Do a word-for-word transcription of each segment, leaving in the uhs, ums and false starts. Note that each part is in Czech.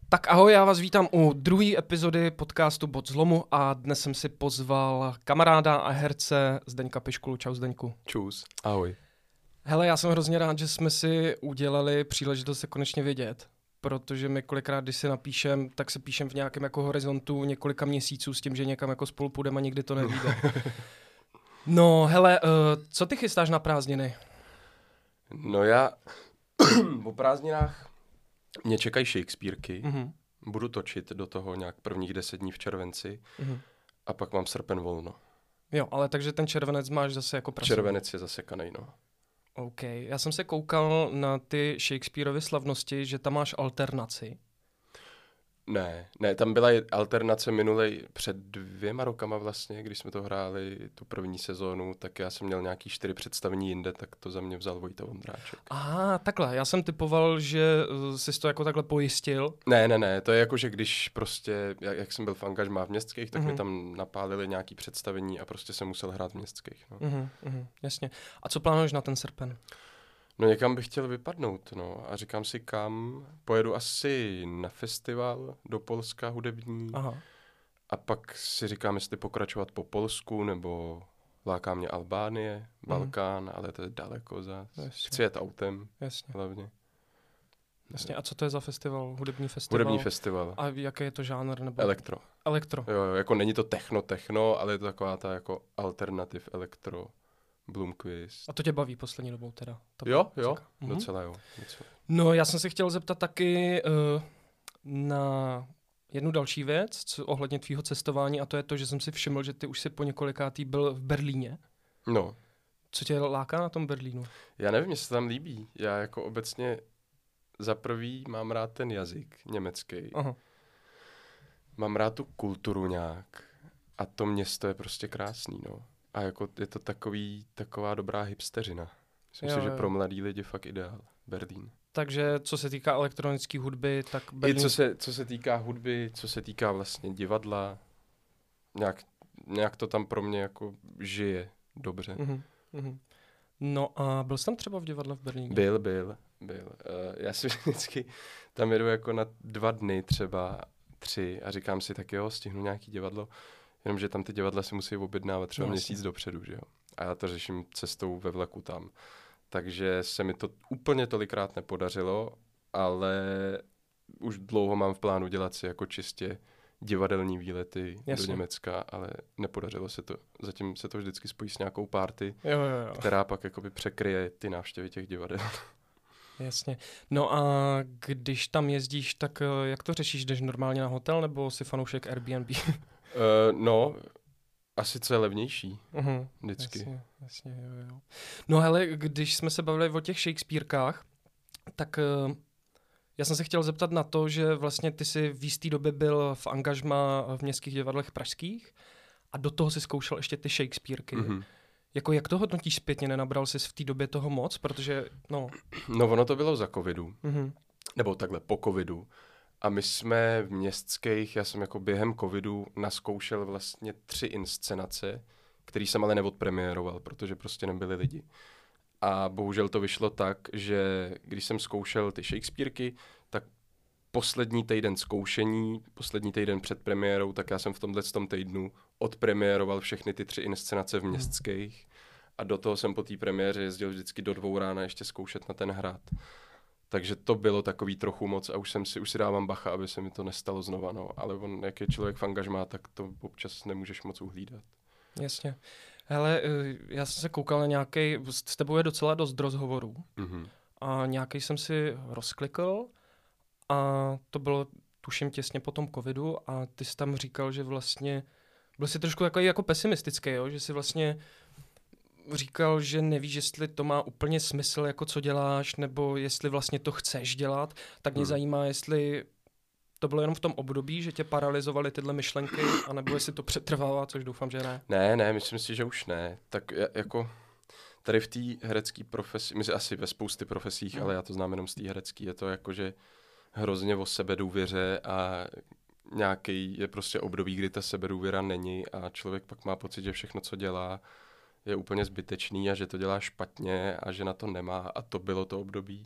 Tak ahoj, já vás vítám u druhé epizody podcastu Bod zlomu a dnes jsem si pozval kamaráda a herce Zdeňka Piškulu. Čau Zdeňku. Čus, ahoj. Hele, já jsem hrozně rád, že jsme si udělali příležitost se konečně vidět, protože my kolikrát, když si napíšem, tak se píšem v nějakém jako horizontu několika měsíců s tím, že někam jako spolu půjdeme a nikdy to nevíde. No, hele, uh, co ty chystáš na prázdniny? No já po prázdninách mě čekají Shakespeareky. Mm-hmm. Budu točit do toho nějak prvních deset dní v červenci Mm-hmm. a pak mám srpen volno. Jo, ale takže ten červenec máš zase jako pracovní. Červenec je zasekanej, no. OK. Já jsem se koukal na ty Shakespeareovy slavnosti, že tam máš alternaci. Ne, ne, tam byla alternace minulej před dvěma rokama vlastně, když jsme to hráli tu první sezónu, tak já jsem měl nějaký čtyři představení jinde, tak to za mě vzal Vojta Vondráček. Aha, takhle. Já jsem typoval, že uh, jsi to jako takhle pojistil. Ne, ne, ne, to je jako, že když prostě, jak, jak jsem byl v angažmá v městských, tak Mhm. mi tam napálili nějaký představení a prostě jsem musel hrát v městských, no. Mhm, mhm, jasně. A co plánuješ na ten srpen? No někam bych chtěl vypadnout, no. A říkám si kam. Pojedu asi na festival do Polska hudební. Aha. A pak si říkám, jestli pokračovat po Polsku, nebo láká mě Albánie, Balkán, mm. ale to je daleko zas. Jasně. Chci jet autem Jasně. hlavně. Jasně. A co to je za festival? Hudební festival? Hudební festival. A jaký je to žánr? Nebo... Elektro. Elektro. Jo, jo, jako není to techno, techno, ale je to taková ta jako alternativ elektro. Blomqvist. A to tě baví poslední dobou teda? To Jo, jo, Mhm. docela jo. Docela. No, já jsem se chtěl zeptat taky uh, na jednu další věc, co ohledně tvýho cestování, a to je to, že jsem si všiml, že ty už jsi po několikátý byl v Berlíně. No. Co tě láká na tom Berlínu? Já nevím, jestli se tam líbí. Já jako obecně za prvý mám rád ten jazyk německý. Aha. Mám rád tu kulturu nějak. A to město je prostě krásný, no. A jako je to takový, taková dobrá hipsteřina. Myslím Jo, si, že jo. pro mladý lidi fakt ideál. Berlín. Takže co se týká elektronické hudby, tak Berlín... I co se, co se týká hudby, co se týká vlastně divadla, nějak, nějak to tam pro mě jako žije dobře. Mhm, mhm. No a byl jsi tam třeba v divadle v Berlíně? Byl, byl, byl. Uh, já si vždycky tam jedu jako na dva dny třeba, tři a říkám si, tak jo, stihnu nějaký divadlo, jenomže tam ty divadla si musí objednávat třeba No, měsíc jasně. dopředu, že jo. A já to řeším cestou ve vlaku tam. Takže se mi to úplně tolikrát nepodařilo, ale už dlouho mám v plánu dělat si jako čistě divadelní výlety Jasně. do Německa, ale nepodařilo se to. Zatím se to vždycky spojí s nějakou party, Jo, jo, jo. která pak jakoby překryje ty návštěvy těch divadel. Jasně. No a když tam jezdíš, tak eh, jak to řešíš? Jdeš normálně na hotel nebo si fanoušek Airbnb? Uh, no, asi co je levnější uh-huh. vždycky. Jasně, jasně, jo, jo. No hele, když jsme se bavili o těch Shakespearekách, tak uh, já jsem se chtěl zeptat na to, že vlastně ty jsi v jistý době byl v angažmá v městských divadlech pražských a do toho si zkoušel ještě ty Shakespeareky. Mm-hmm. Jako jak to hodnotíš zpětně? Nenabral jsi v té době toho moc? Protože, no... No ono to bylo za covidu, Uh-huh. nebo takhle po covidu. A my jsme v městských, já jsem jako během covidu naskoušel vlastně tři inscenace, který jsem ale neodpremiéroval, protože prostě nebyli lidi. A bohužel to vyšlo tak, že když jsem zkoušel ty Shakespeareky, tak poslední týden zkoušení, poslední týden před premiérou, tak já jsem v tomhle tom týdnu odpremiéroval všechny ty tři inscenace v městských a do toho jsem po té premiéře jezdil vždycky do dvou rána ještě zkoušet na ten hrad. Takže to bylo takový trochu moc a už jsem si, už si dávám bacha, aby se mi to nestalo znova, no. Ale on, jak je člověk v angažmá, tak to občas nemůžeš moc uhlídat. Jasně. Hele, eh, já jsem se koukal na nějaký, s tebou je docela dost rozhovorů Mhm. a nějaký jsem si rozklikl a to bylo tuším těsně po tom covidu a ty jsi tam říkal, že vlastně byl jsi trošku takový jako pesimistický, jo? Že jsi vlastně říkal, že nevíš, jestli to má úplně smysl, jako co děláš, nebo jestli vlastně to chceš dělat, tak mě Hmm. zajímá, jestli to bylo jenom v tom období, že tě paralyzovaly tyhle myšlenky, anebo jestli to přetrvává, což doufám, že ne. Ne, ne, myslím si, že už ne. Tak ja- jako tady v té herecké profesi, myslím asi ve spousty profesích, Hmm. ale já to znám jenom z té herecké, je to jako, že hrozně o sebedůvěře a nějaký je prostě období, kdy ta sebedůvěra není a člověk pak má pocit, že všechno, co dělá, je úplně zbytečný a že to dělá špatně a že na to nemá a to bylo to období.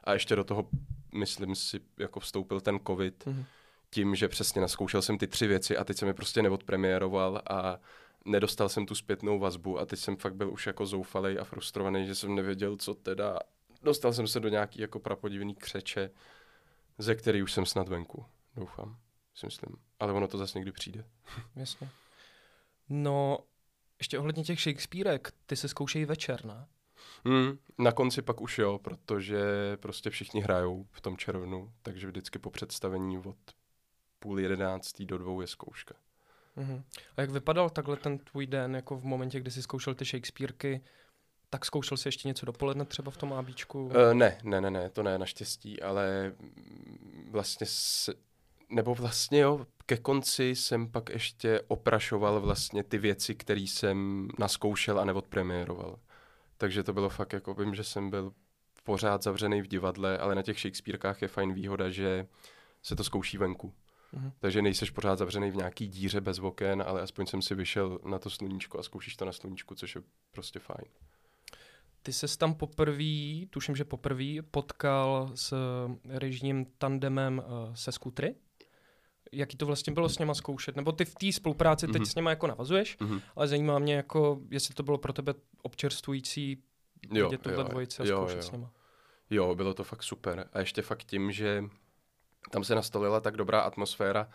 A ještě do toho, myslím si, jako vstoupil ten covid, mm-hmm. tím, že přesně naskoušel jsem ty tři věci a teď jsem je prostě neodpremiéroval a nedostal jsem tu zpětnou vazbu a teď jsem fakt byl už jako zoufalej a frustrovaný, že jsem nevěděl, co teda. Dostal jsem se do nějaký jako prapodivný křeče, ze který už jsem snad venku, doufám, si myslím. Ale ono to zase někdy přijde. Jasně. No, ještě ohledně těch Shakespearek, ty se zkoušejí večer, ne? Hmm, na konci pak už jo, protože prostě všichni hrajou v tom červnu, takže vždycky po představení od půl jedenáctý do dvou je zkouška. Uh-huh. A jak vypadal takhle ten tvůj den, jako v momentě, kdy jsi zkoušel ty Shakespearky, tak zkoušel jsi ještě něco dopoledne třeba v tom ábíčku? Uh, ne, ne, ne, ne, to ne, naštěstí, ale vlastně, se, nebo vlastně jo, ke konci jsem pak ještě oprašoval vlastně ty věci, které jsem naskoušel a neodpremiéroval. Takže to bylo fakt, jako vím, že jsem byl pořád zavřený v divadle, ale na těch Shakespearkách je fajn výhoda, že se to zkouší venku. Mm-hmm. Takže nejseš pořád zavřený v nějaký díře bez oken, ale aspoň jsem si vyšel na to sluníčko a zkoušíš to na sluníčku, což je prostě fajn. Ty ses tam poprvé, tuším, že poprvé, potkal s režijním tandemem uh, se skútry. Jaký to vlastně bylo s něma zkoušet? Nebo ty v té spolupráci teď mm-hmm. s něma jako navazuješ, mm-hmm. ale zajímá mě, jako, jestli to bylo pro tebe občerstvující vidět tuhle dvojice a zkoušet jo, jo. s něma. Jo, bylo to fakt super. A ještě fakt tím, že tam se nastolila tak dobrá atmosféra,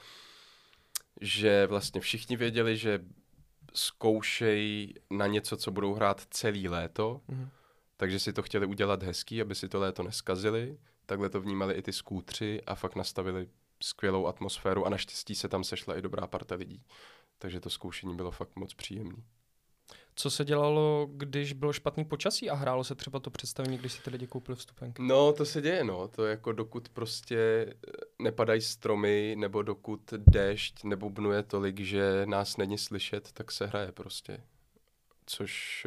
že vlastně všichni věděli, že zkoušej na něco, co budou hrát celý léto, mm-hmm. takže si to chtěli udělat hezký, aby si to léto neskazili. Takhle to vnímali i ty skútři a fakt nastavili skvělou atmosféru a naštěstí se tam sešla i dobrá parta lidí. Takže to zkoušení bylo fakt moc příjemný. Co se dělalo, když bylo špatný počasí a hrálo se třeba to představení, když si ty lidi koupili vstupenky? No, to se děje, no. To jako dokud prostě nepadají stromy, nebo dokud déšť nebubnuje tolik, že nás není slyšet, tak se hraje prostě. Což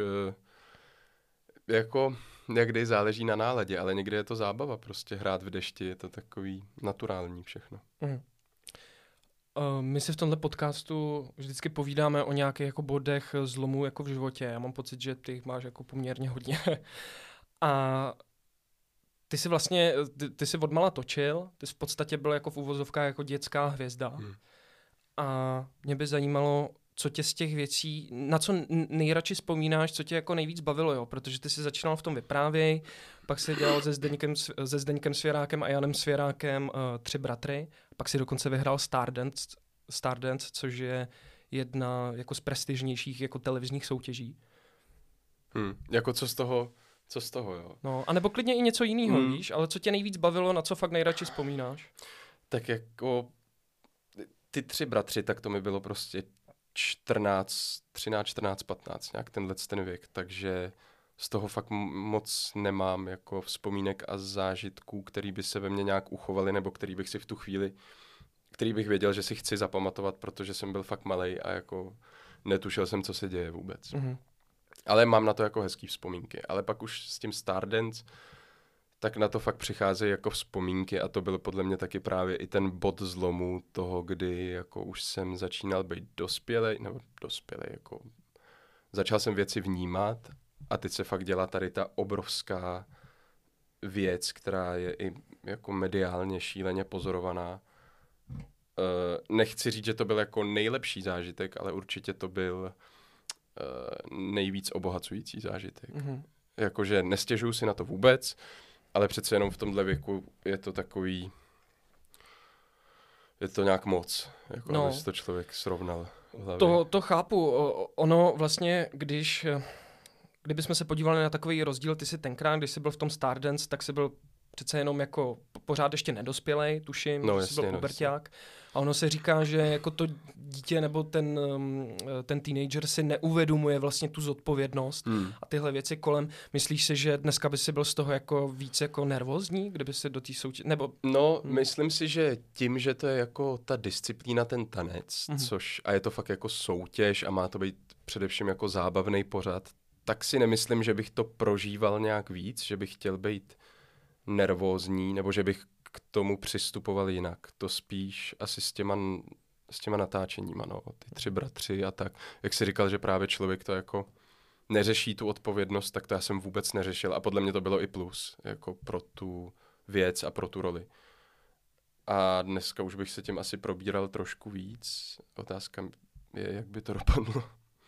jako někdy záleží na náladě, ale někdy je to zábava prostě hrát v dešti, je to takový naturální všechno. Mm. Uh, my si v tomhle podcastu vždycky povídáme o nějakých jako bodech zlomu jako v životě. Já mám pocit, že ty máš jako poměrně hodně. A ty jsi vlastně, ty, ty jsi odmala točil, ty jsi v podstatě byl jako v uvozovkách jako dětská hvězda. Hmm. A mě by zajímalo, co tě z těch věcí, na co nejradši vzpomínáš, co tě jako nejvíc bavilo, jo? Protože ty jsi začínal v tom Vyprávěj, pak jsi dělal se Zdeňkem, se Zdeňkem Svěrákem a Janem Svěrákem uh, Tři bratry, pak si dokonce vyhrál Stardance, Stardance, což je jedna jako z prestižnějších jako televizních soutěží. Hmm. Jako co z toho, co z toho, jo? No, a nebo klidně i něco jiného, hmm. víš, ale co tě nejvíc bavilo, na co fakt nejradši vzpomínáš? Tak jako ty Tři bratři, tak to mi bylo prostě čtrnáct, třináct, čtrnáct, patnáct, nějak tenhle ten věk, takže z toho fakt moc nemám jako vzpomínek a zážitků, který by se ve mně nějak uchovaly, nebo který bych si v tu chvíli, který bych věděl, že si chci zapamatovat, protože jsem byl fakt malej a jako netušil jsem, co se děje vůbec. Mm-hmm. Ale mám na to jako hezký vzpomínky. Ale pak už s tím Stardance, tak na to fakt přicházejí jako vzpomínky a to byl podle mě taky právě i ten bod zlomu toho, kdy jako už jsem začínal být dospělej, nebo dospělej, jako začal jsem věci vnímat a teď se fakt dělá tady ta obrovská věc, která je i jako mediálně šíleně pozorovaná. Uh, nechci říct, že to byl jako nejlepší zážitek, ale určitě to byl uh, nejvíc obohacující zážitek. Mm-hmm. Jakože nestěžuju si na to vůbec, ale přece jenom v tomhle věku je to takový, je to nějak moc, jako no, aby si to člověk srovnal v hlavě. To, to chápu. Ono vlastně, když, kdybychom se podívali na takový rozdíl, ty jsi tenkrát, když jsi byl v tom Stardance, tak jsi byl přece jenom jako pořád ještě nedospělej, tuším, no, že jsi byl puberťák. A ono se říká, že jako to dítě nebo ten, ten teenager si neuvědomuje vlastně tu zodpovědnost hmm. a tyhle věci kolem. Myslíš si, že dneska by si byl z toho jako víc jako nervózní, kdyby si do té soutěže, nebo... No, hmm. myslím si, že tím, že to je jako ta disciplína, ten tanec, hmm. což, a je to fakt jako soutěž a má to být především jako zábavný pořad, tak si nemyslím, že bych to prožíval nějak víc, že bych chtěl být nervózní, nebo že bych k tomu přistupoval jinak. To spíš asi s těma, s těma natáčeníma, no. Ty Tři bratři a tak. Jak jsi říkal, že právě člověk to jako neřeší tu odpovědnost, tak to já jsem vůbec neřešil a podle mě to bylo i plus, jako pro tu věc a pro tu roli. A dneska už bych se tím asi probíral trošku víc. Otázka je, jak by to dopadlo.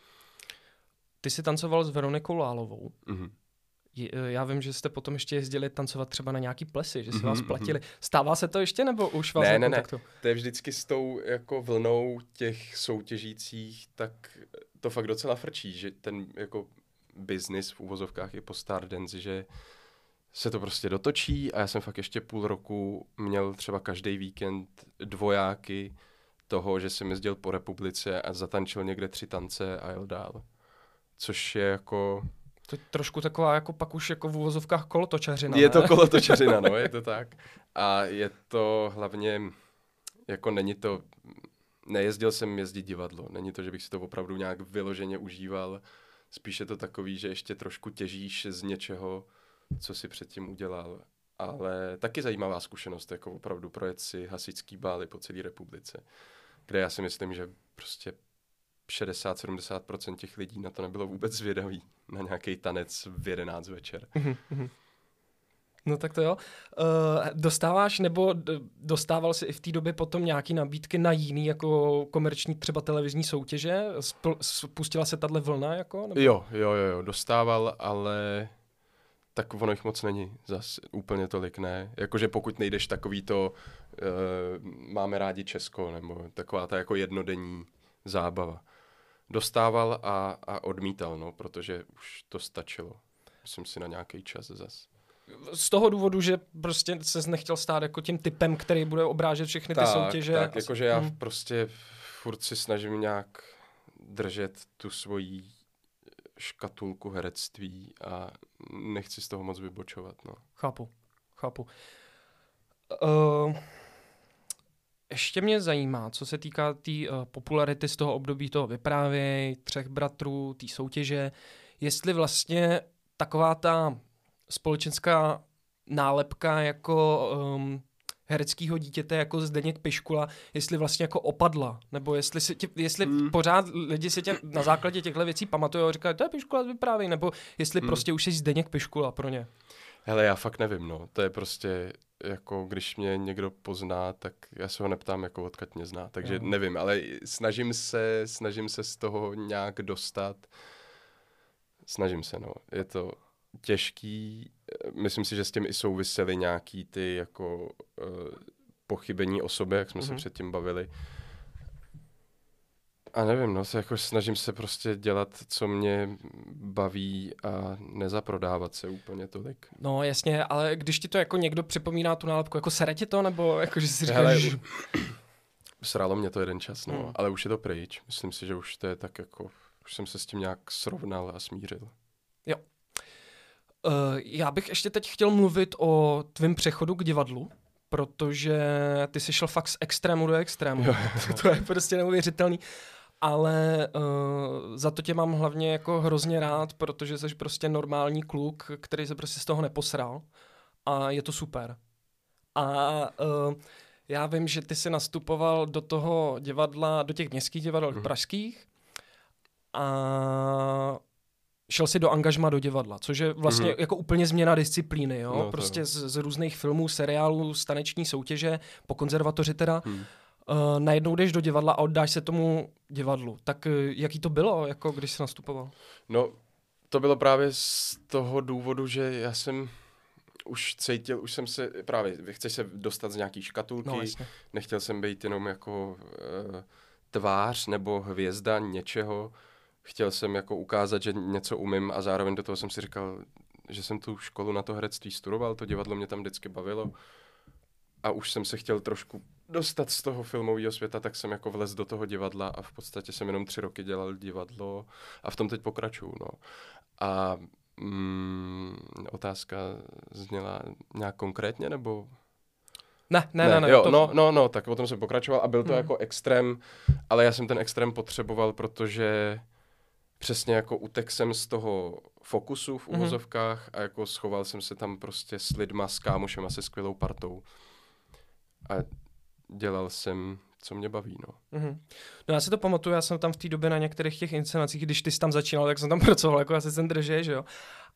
Ty jsi tancoval s Veronikou Lálovou. Mm-hmm. Já vím, že jste potom ještě jezdili tancovat třeba na nějaký plesy, že si mm-hmm. vás platili. Stává se to ještě, nebo už vás ne, na ne, kontaktu? Ne, to je vždycky s tou jako vlnou těch soutěžících, tak to fakt docela frčí, že ten jako business v uvozovkách je po Stardance, že se to prostě dotočí a já jsem fakt ještě půl roku měl třeba každý víkend dvojáky toho, že jsem jezdil po republice a zatančil někde tři tance a jel dál. Což je jako... To je trošku taková jako pak už jako v uvozovkách kolotočařina. Je ne? to kolotočařina, no, je to tak. A je to hlavně, jako není to, nejezdil jsem jezdit divadlo, není to, že bych si to opravdu nějak vyloženě užíval, spíš je to takový, že ještě trošku těžíš z něčeho, co si předtím udělal. Ale taky zajímavá zkušenost, jako opravdu projet si hasičský bály po celé republice, kde já si myslím, že prostě šedesát až sedmdesát procent těch lidí na to nebylo vůbec zvědavý, na nějaký tanec v jedenáct večer. No tak to jo. Uh, dostáváš nebo d- dostával jsi i v té době potom nějaký nabídky na jiný jako komerční třeba televizní soutěže? Spl- spustila se tahle vlna jako? Nebo? Jo, jo, jo, jo, dostával, ale tak ono jich moc není zas úplně tolik, ne. Jakože pokud nejdeš takový to uh, máme rádi Česko, nebo taková ta jako jednodenní zábava. Dostával a, a odmítal, no, protože už to stačilo. Myslím si na nějaký čas zas. Z toho důvodu, že prostě ses nechtěl stát jako tím typem, který bude obrážet všechny tak, ty soutěže. Tak, a... jakože já hmm. prostě furt si snažím nějak držet tu svoji škatulku herectví a nechci z toho moc vybočovat, no. Chápu, chápu. Uh, ještě mě zajímá, co se týká té tý, uh, popularity z toho období toho Vyprávěj, Třech bratrů, té soutěže, jestli vlastně taková ta společenská nálepka jako um, hereckého dítěte jako Zdeněk Piškula, jestli vlastně jako opadla, nebo jestli, si tě, jestli hmm. pořád lidi si tě na základě těchto věcí pamatují a říkají, to je Piškula z Vyprávěj, nebo jestli hmm. prostě už jsi Zdeněk Piškula pro ně. Hele, já fakt nevím, no. To je prostě, jako když mě někdo pozná, tak já se ho neptám, jako odkud mě zná. Takže no. nevím, ale snažím se, snažím se z toho nějak dostat. Snažím se, no. Je to těžký. Myslím si, že s tím i souvisely nějaký ty jako uh, pochybení o sobě, jak jsme mm-hmm. se předtím bavili. A nevím, no, se jako snažím se prostě dělat, co mě baví a nezaprodávat se úplně tolik. No jasně, ale když ti to jako někdo připomíná tu nálepku, jako sere ti to, nebo jako, že si říkáš... Hele, že... Sralo mě to jeden čas, no, hmm. ale už je to pryč. Myslím si, že už to je tak jako, už jsem se s tím nějak srovnal a smířil. Jo. Uh, já bych ještě teď chtěl mluvit o tvém přechodu k divadlu, protože ty jsi šel fakt z extrému do extrému. Jo, jo. To je prostě neuvěřitelný. Ale uh, za to tě mám hlavně jako hrozně rád, protože jsi prostě normální kluk, který se prostě z toho neposral a je to super. A uh, já vím, že ty jsi nastupoval do toho divadla, do těch městských divadel mm. pražských a šel si do angažma do divadla, což je vlastně mm. jako úplně změna disciplíny, jo? No, prostě z, z různých filmů, seriálů, taneční soutěže, po konzervatoři teda. Mm. Uh, najednou jdeš do divadla a oddáš se tomu divadlu. Tak uh, jaký to bylo, jako když jsi nastupoval? No, to bylo právě z toho důvodu, že já jsem už cítil, už jsem se, právě, chceš se dostat z nějaký škatulky, no, nechtěl jsem být jenom jako uh, tvář nebo hvězda něčeho, chtěl jsem jako ukázat, že něco umím a zároveň do toho jsem si říkal, že jsem tu školu na to herectví studoval, to divadlo mě tam vždycky bavilo a už jsem se chtěl trošku dostat z toho filmového světa, tak jsem jako vlez do toho divadla a v podstatě jsem jenom tři roky dělal divadlo a v tom teď pokračuju, no. A mm, otázka zněla nějak konkrétně, nebo... Ne, ne, ne. ne jo, to... no, no, no, tak potom jsem pokračoval a byl to hmm. jako extrém, ale já jsem ten extrém potřeboval, protože přesně jako utek jsem z toho fokusu v uvozovkách a jako schoval jsem se tam prostě s lidma, s kámošema, se skvělou partou. A dělal jsem, co mě baví, no. Mm-hmm. No já si to pamatuju, já jsem tam v té době na některých těch inscenacích, když ty jsi tam začínal, tak jsem tam pracoval jako asistent režie, že jo.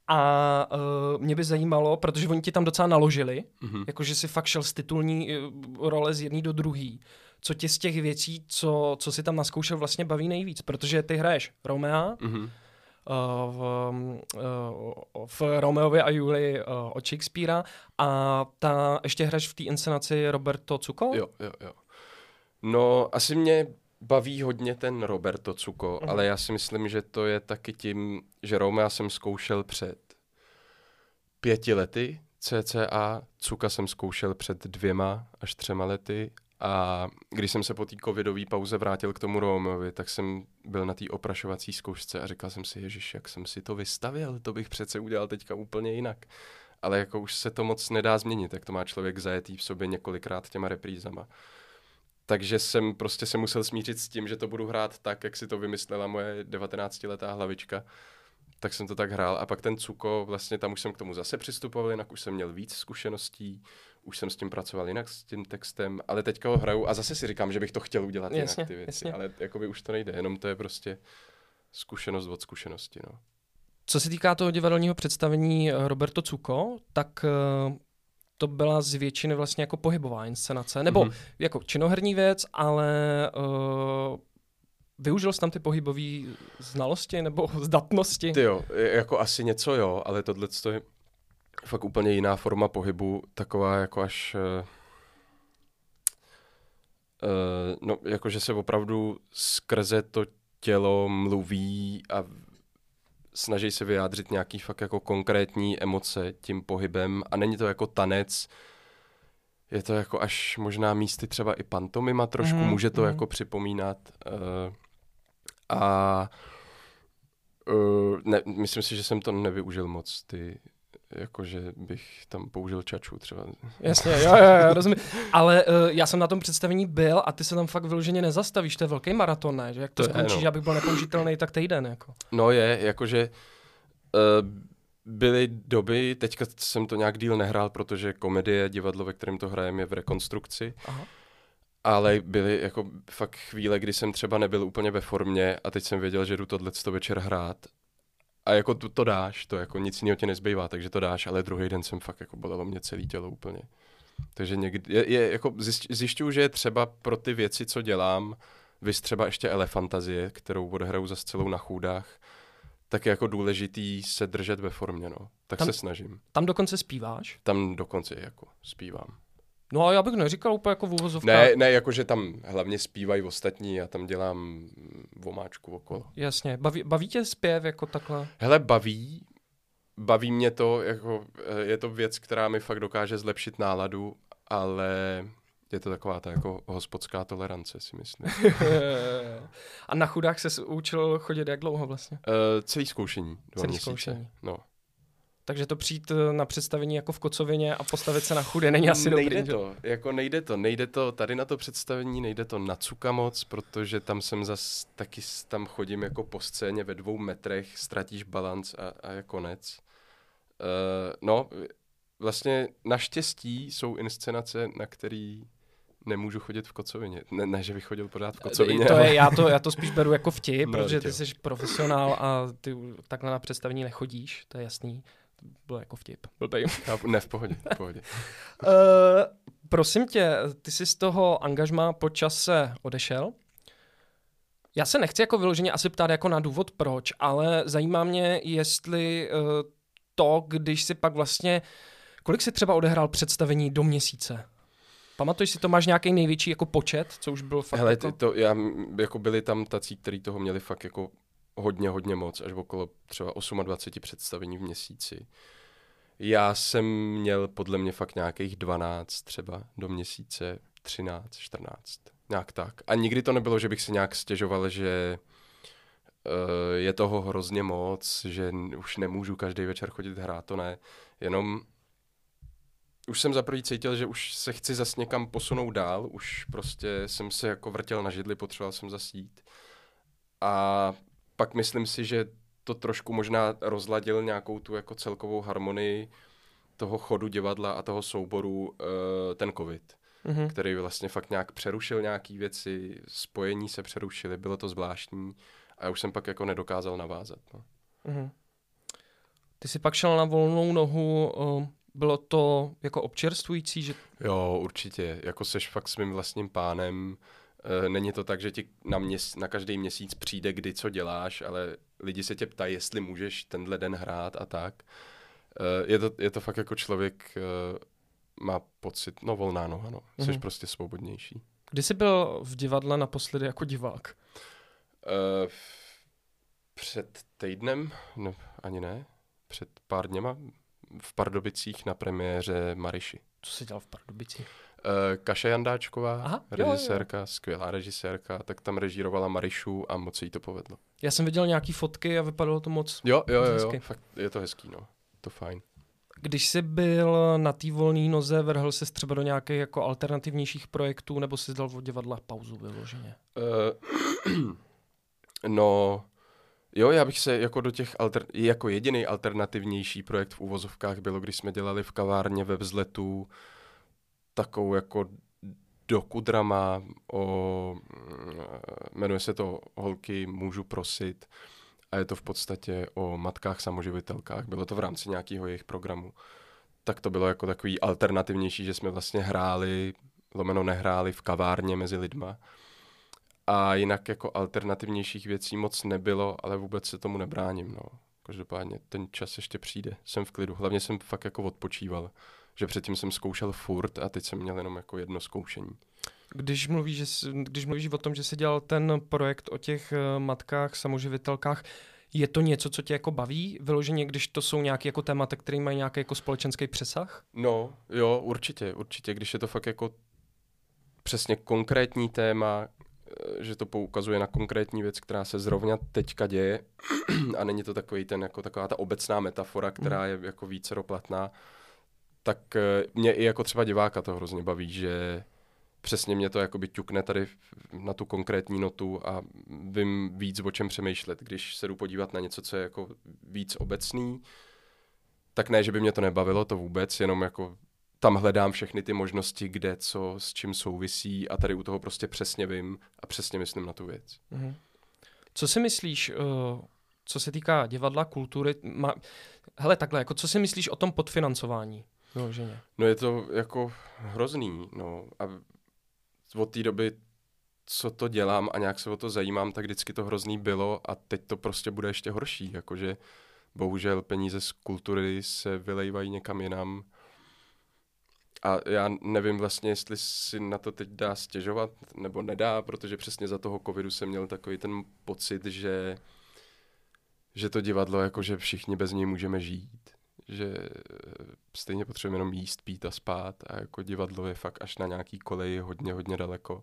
A uh, mě by zajímalo, protože oni ti tam docela naložili, Mm-hmm. jakože si fakt šel z titulní uh, role z jedné do druhé. Co tě z těch věcí, co, co si tam naskoušel, vlastně baví nejvíc? Protože ty hraješ Romea, Mm-hmm. uh, v, uh, v Romeovi a Julii uh, od Shakespearea a ta, ještě hraješ v té inscenaci Roberto Zucco? Jo, jo, jo. No, asi mě baví hodně ten Roberto Zucco, Mhm. ale já si myslím, že to je taky tím, že Romea jsem zkoušel před pěti lety cca, Zucca jsem zkoušel před dvěma až třema lety a když jsem se po té covidové pauze vrátil k tomu Romeovi, tak jsem byl na té oprašovací zkoušce a říkal jsem si, ježiš, jak jsem si to vystavil, to bych přece udělal teďka úplně jinak. Ale jako už se to moc nedá změnit, jak to má člověk zajetý v sobě několikrát těma reprízama. Takže jsem prostě se musel smířit s tím, že to budu hrát tak, jak si to vymyslela moje devatenáctiletá hlavička. Tak jsem to tak hrál. A pak ten Zucco, vlastně tam už jsem k tomu zase přistupoval, jinak už jsem měl víc zkušeností, už jsem s tím pracoval jinak s tím textem, ale teďka ho hraju a zase si říkám, že bych to chtěl udělat Jasně, jinak ty věci. jasně. Ale jakoby už to nejde, jenom to je prostě zkušenost od zkušenosti. No. Co se týká toho divadelního představení Roberto Zucco, tak uh, to byla z většiny vlastně jako pohybová inscenace, nebo Mhm. jako činoherní věc, ale uh, využil jsi tam ty pohybové znalosti nebo zdatnosti? Ty jo, jako asi něco jo, ale tohle je fakt úplně jiná forma pohybu, taková jako až... Uh, uh, no, jakože se opravdu skrze to tělo mluví a snaží se vyjádřit nějaký fakt jako konkrétní emoce tím pohybem a není to jako tanec, je to jako až možná místy třeba i pantomima trošku, Mhm, může to mhm. jako připomínat uh, a uh, ne, myslím si, že jsem to nevyužil moc, ty, jakože bych tam použil čaču třeba. Jasně, jo, jo, jo, rozumím. Ale uh, já jsem na tom představení byl a ty se tam fakt vyloženě nezastavíš, to je velký maraton, ne? Že jak to, To je, skončí, no. že abych byl nepoužitelný, tak týden, jako. No je, jakože uh, byly doby, teďka jsem to nějak díl nehrál, protože komedie, divadlo, ve kterém to hrajem, je v rekonstrukci. Aha. Ale byly jako fakt chvíle, kdy jsem třeba nebyl úplně ve formě a teď jsem věděl, že jdu tohleto večer hrát. A jako tu to dáš, to jako nic jiného tě nezbývá, takže to dáš, ale druhý den jsem fakt jako bolelo mě celé tělo úplně. Takže někdy, je, je jako zjišť, zjišťuju, že je třeba pro ty věci, co dělám, vys třeba ještě Elefantazie, kterou odehraju za celou na chůdách, tak je jako důležitý se držet ve formě, no. Tak Tam- se snažím. Tam dokonce zpíváš? Tam dokonce jako zpívám. No a já bych neříkal úplně jako v úvozovkách. Ne, ne, jakože tam hlavně zpívají ostatní, já tam dělám mm, vomáčku okolo. Jasně. Baví, baví tě zpěv jako takhle? Hele, baví, baví mě to, jako, eh, je to věc, která mi fakt dokáže zlepšit náladu, ale je to taková ta jako hospodská tolerance, si myslím. A na chudách se učil chodit jak dlouho vlastně? Uh, celý zkoušení, dva Celý měsíce. zkoušení. No. Takže to přijít eh, na představení jako v Kocovině a postavit se na chudé není asi nejde dobrý. že? to, jako nejde to, nejde to tady na to představení, nejde to na Zucca moc, protože tam jsem zas, taky s- tam chodím jako po scéně ve dvou metrech, ztratíš balanc a, a je konec. Uh, no, vlastně naštěstí jsou inscenace, na který nemůžu chodit v Kocovině. Ne, ne že bych chodil pořád v Kocovině. To ale- je, já, to, já to spíš beru jako vtip, No, protože vtip. ty jsi profesionál a ty takhle na představení nechodíš, to je jasný. To bylo jako vtip. Blbej. Chápu, ne, v pohodě, v pohodě. Uh, prosím tě, ty jsi z toho angažmá po čase odešel. Já se nechci jako vyloženě asi ptát jako na důvod proč, ale zajímá mě, jestli uh, to, když si pak vlastně, kolik si třeba odehrál představení do měsíce? Pamatuješ si to, máš nějaký největší jako počet, co už bylo fakt Hele, jako... ty to, já, jako byli tam tací, kteří toho měli fakt jako hodně, hodně moc, až okolo třeba dvacet osm představení v měsíci. Já jsem měl podle mě fakt nějakých dvanáct třeba do měsíce, třináct, čtrnáct, nějak tak. A nikdy to nebylo, že bych si nějak stěžoval, že uh, je toho hrozně moc, že n- už nemůžu každý večer chodit hrát, to ne. Jenom už jsem za prvý cítil, že už se chci zas někam posunout dál, už prostě jsem se jako vrtěl na židli, potřeboval jsem zas jít. A pak myslím si, že to trošku možná rozladil nějakou tu jako celkovou harmonii toho chodu divadla a toho souboru uh, ten covid, Mhm. který vlastně fakt nějak přerušil nějaký věci, spojení se přerušily, bylo to zvláštní a já už jsem pak jako nedokázal navázat. No. Mhm. Ty jsi pak šel na volnou nohu, uh, bylo to jako občerstvující? Že... Jo, určitě. Jako seš fakt svým vlastním pánem. E, není to tak, že ti na, měs- na každý měsíc přijde, kdy co děláš, ale lidi se tě ptají, jestli můžeš tenhle den hrát a tak. E, je, to, je to fakt jako člověk e, má pocit, no volná noha, no. Seš mm-hmm. prostě svobodnější. Kdy jsi byl v divadle naposledy jako divák? E, před týdnem, no, ani ne, před pár dněma v Pardubicích na premiéře Mariši. Co jsi dělal v Pardubicích? Uh, Kaša Jandáčková, Aha, režisérka, jo, jo. skvělá režisérka, tak tam režírovala Marišu a moc se jí to povedlo. Já jsem viděl nějaký fotky a vypadalo to moc Jo, jo, jo, hezky. jo, fakt je to hezký, no. To fajn. Když jsi byl na té volné noze, vrhl jsi třeba do nějakých jako alternativnějších projektů, nebo jsi dal od divadla pauzu vyloženě? Uh, no, jo, já bych se jako do těch, alter, jako jediný alternativnější projekt v uvozovkách bylo, když jsme dělali v kavárně ve Vzletu takovou jako dokudrama o, jmenuje se to Holky můžu prosit a je to v podstatě o matkách samoživitelkách. Bylo to v rámci nějakého jejich programu. Tak to bylo jako takový alternativnější, že jsme vlastně hráli, lomeno nehráli v kavárně mezi lidma. A jinak jako alternativnějších věcí moc nebylo, ale vůbec se tomu nebráním. No. Každopádně ten čas ještě přijde. Jsem v klidu. Hlavně jsem fakt jako odpočíval. Že předtím jsem zkoušel furt a teď jsem měl jenom jako jedno zkoušení. Když mluvíš, že jsi, když mluvíš o tom, že jsi dělal ten projekt o těch uh, matkách, samoživitelkách, je to něco, co tě jako baví? Vyloženě, když to jsou nějaké jako témata, které mají nějaký jako společenský přesah? No, jo, určitě, určitě. Když je to fakt jako přesně konkrétní téma, že to poukazuje na konkrétní věc, která se zrovna teďka děje a není to takový ten, jako taková ta obecná metafora, která je jako víceroplatná, tak mě i jako třeba diváka to hrozně baví, že přesně mě to jakoby ťukne tady na tu konkrétní notu a vím víc, o čem přemýšlet. Když se jdu podívat na něco, co je jako víc obecný, tak ne, že by mě to nebavilo, to vůbec, jenom jako tam hledám všechny ty možnosti, kde, co, s čím souvisí a tady u toho prostě přesně vím a přesně myslím na tu věc. Mhm. Co si myslíš, uh, co se týká divadla, kultury, ma... hele takhle, jako co si myslíš o tom podfinancování? Vyloženě. No je to jako hrozný, no a od té doby, co to dělám a nějak se o to zajímám, tak vždycky to hrozný bylo a teď to prostě bude ještě horší, jakože bohužel peníze z kultury se vylejvají někam jinam a já nevím vlastně, jestli si na to teď dá stěžovat nebo nedá, protože přesně za toho covidu jsem měl takový ten pocit, že, že to divadlo, jakože všichni bez něj můžeme žít. Že stejně potřebujeme jenom jíst, pít a spát a jako divadlo je fakt až na nějaký koleji hodně, hodně daleko.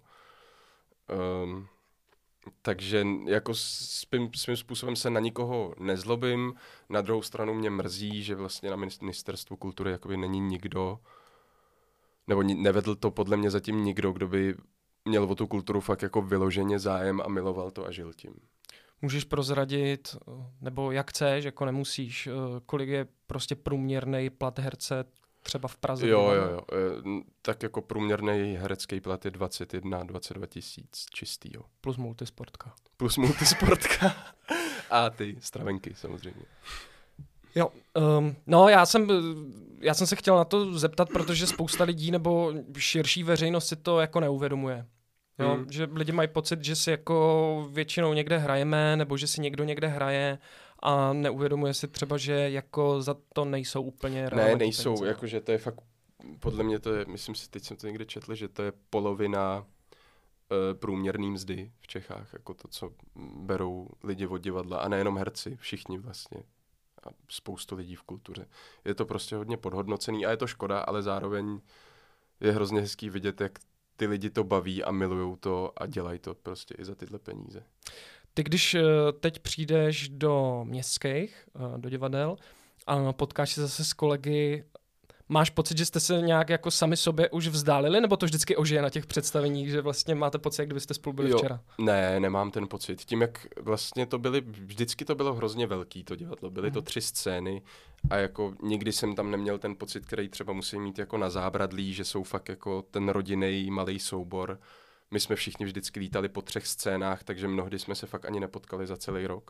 Um, takže jako svým, svým způsobem se na nikoho nezlobím. Na druhou stranu mě mrzí, že vlastně na ministerstvu kultury jakoby není nikdo, nebo nevedl to podle mě zatím nikdo, kdo by měl o tu kulturu fakt jako vyloženě zájem a miloval to a žil tím. Můžeš prozradit, nebo jak chceš, jako nemusíš, kolik je prostě průměrný plat herce třeba v Praze? Jo, jo, jo. Tak jako průměrný herecký plat je dvacet jedna dvacet dva tisíc čistý, jo. Plus multisportka. Plus multisportka. A ty stravenky samozřejmě. Jo, um, no já jsem, já jsem se chtěl na to zeptat, protože spousta lidí nebo širší veřejnost si to jako neuvědomuje. Jo, hmm. Že lidi mají pocit, že si jako většinou někde hrajeme, nebo že si někdo někde hraje a neuvědomuje si třeba, že jako za to nejsou úplně relevantní. Ne, nejsou, peníze. Jakože to je fakt, podle mě to je, myslím si, teď jsem to někde četl, že to je polovina uh, průměrný mzdy v Čechách, jako to, co berou lidi od divadla a nejenom herci, všichni vlastně a spoustu lidí v kultuře. Je to prostě hodně podhodnocený a je to škoda, ale zároveň je hrozně hezký vidět, jak ty lidi to baví a milujou to a dělají to prostě i za tyhle peníze. Ty když teď přijdeš do městských, do divadel a potkáš se zase s kolegy, máš pocit, že jste se nějak jako sami sobě už vzdálili, nebo to vždycky ožije na těch představeních, že vlastně máte pocit, jak kdybyste spolu byli jo, včera? Ne, nemám ten pocit. Tím, jak vlastně to byly, vždycky to bylo hrozně velký to divadlo. Byly hmm. to tři scény a jako nikdy jsem tam neměl ten pocit, který třeba musí mít jako na zábradlí, že jsou fakt jako ten rodinný malý soubor. My jsme všichni vždycky lítali po třech scénách, takže mnohdy jsme se fakt ani nepotkali za celý rok.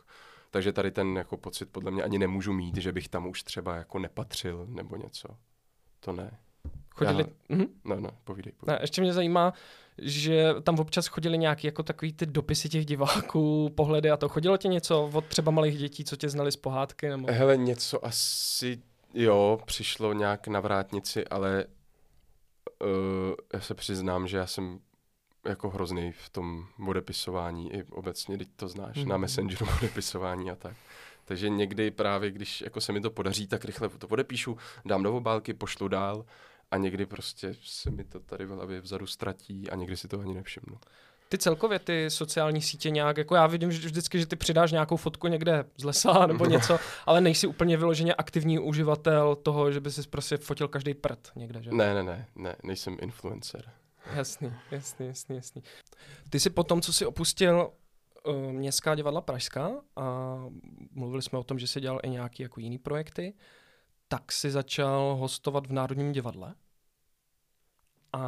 Takže tady ten jako pocit podle mě ani nemůžu mít, že bych tam už třeba jako nepatřil nebo něco. To ne. Chodili... Já... Mhm. No, no, povídej. povídej. Ne, ještě mě zajímá, že tam občas chodili nějaký jako takový ty dopisy těch diváků, pohledy a to. Chodilo ti něco od třeba malých dětí, co tě znali z pohádky? Nebo... Hele, něco asi, jo, přišlo nějak na vrátnici, ale uh, já se přiznám, že já jsem jako hrozný v tom odepisování i obecně, teď to znáš, mm. na Messengeru odepisování a tak. Takže někdy právě, když jako se mi to podaří, tak rychle to odepíšu, dám do obálky, pošlu dál a někdy prostě se mi to tady v hlavě vzadu ztratí a někdy si to ani nevšimnu. Ty celkově ty sociální sítě nějak, jako já vidím že vždycky, že ty přidáš nějakou fotku někde z lesa nebo něco, ale nejsi úplně vyloženě aktivní uživatel toho, že by si prostě fotil každý prd někde, že? Ne, ne, ne, ne, nejsem influencer. Jasný, jasný, jasný, jasný. Ty jsi potom, co jsi opustil uh, Městská divadla Pražská a mluvili jsme o tom, že jsi dělal i nějaký jako jiný projekty, tak jsi začal hostovat v Národním divadle. A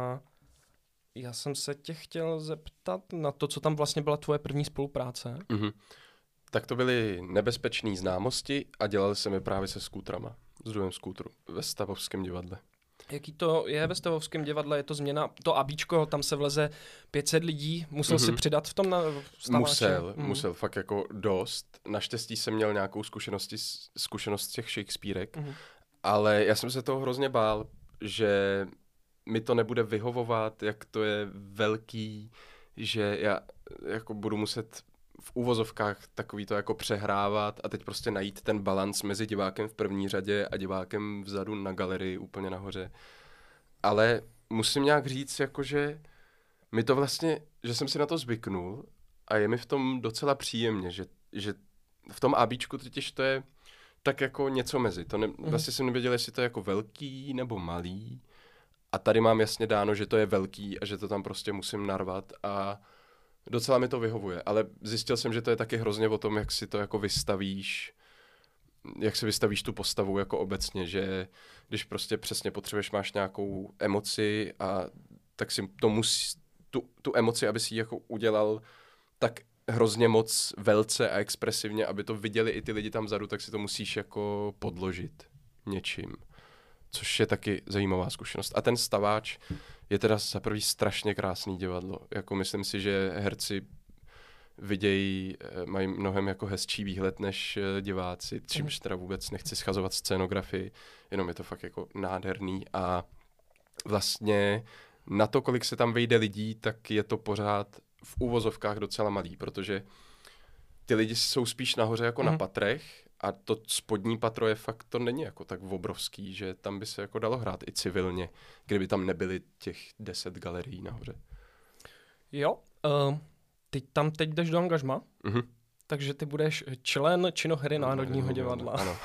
já jsem se tě chtěl zeptat na to, co tam vlastně byla tvoje první spolupráce. Mm-hmm. Tak to byly nebezpečné známosti a dělali jsme je právě se skútrama, s druhem skútru ve Stavovském divadle. Jaký to je ve Stavovském divadle? Je to změna? To abíčko, tam se vleze pět set lidí. Musel mm-hmm. si přidat v tom na staváče? Musel, mm. musel, fakt jako dost. Naštěstí jsem měl nějakou zkušenosti, zkušenost z těch Shakespearek, mm-hmm. ale já jsem se toho hrozně bál, že mi to nebude vyhovovat, jak to je velký, že já jako budu muset v úvozovkách takový to jako přehrávat a teď prostě najít ten balans mezi divákem v první řadě a divákem vzadu na galerii úplně nahoře. Ale musím nějak říct, jakože mi to vlastně, že jsem si na to zvyknul a je mi v tom docela příjemně, že, že v tom ABčku totiž to je tak jako něco mezi. To ne, mm. Vlastně jsem nevěděl, jestli to je jako velký nebo malý a tady mám jasně dáno, že to je velký a že to tam prostě musím narvat a docela mi to vyhovuje, ale zjistil jsem, že to je taky hrozně o tom, jak si to jako vystavíš, jak si vystavíš tu postavu jako obecně, že když prostě přesně potřebuješ, máš nějakou emoci a tak si to musí, tu, tu emoci, aby si ji jako udělal tak hrozně moc velce a expresivně, aby to viděli i ty lidi tam vzadu, tak si to musíš jako podložit něčím. Což je taky zajímavá zkušenost. A ten Staváč je teda za prvý strašně krásný divadlo. Jako myslím si, že herci vidějí, mají mnohem jako hezčí výhled než diváci, čímž teda vůbec nechci schazovat scénografii, jenom je to fakt jako nádherný a vlastně na to, kolik se tam vejde lidí, tak je to pořád v úvozovkách docela malý, protože ty lidi jsou spíš nahoře jako mm. na patrech a to spodní patro je fakt, to není jako tak obrovský, že tam by se jako dalo hrát i civilně, kdyby tam nebyly těch deset galerií nahoře. Jo, uh, ty tam teď jdeš do angažma, mm-hmm. takže ty budeš člen činohry no, Národního divadla. Ano.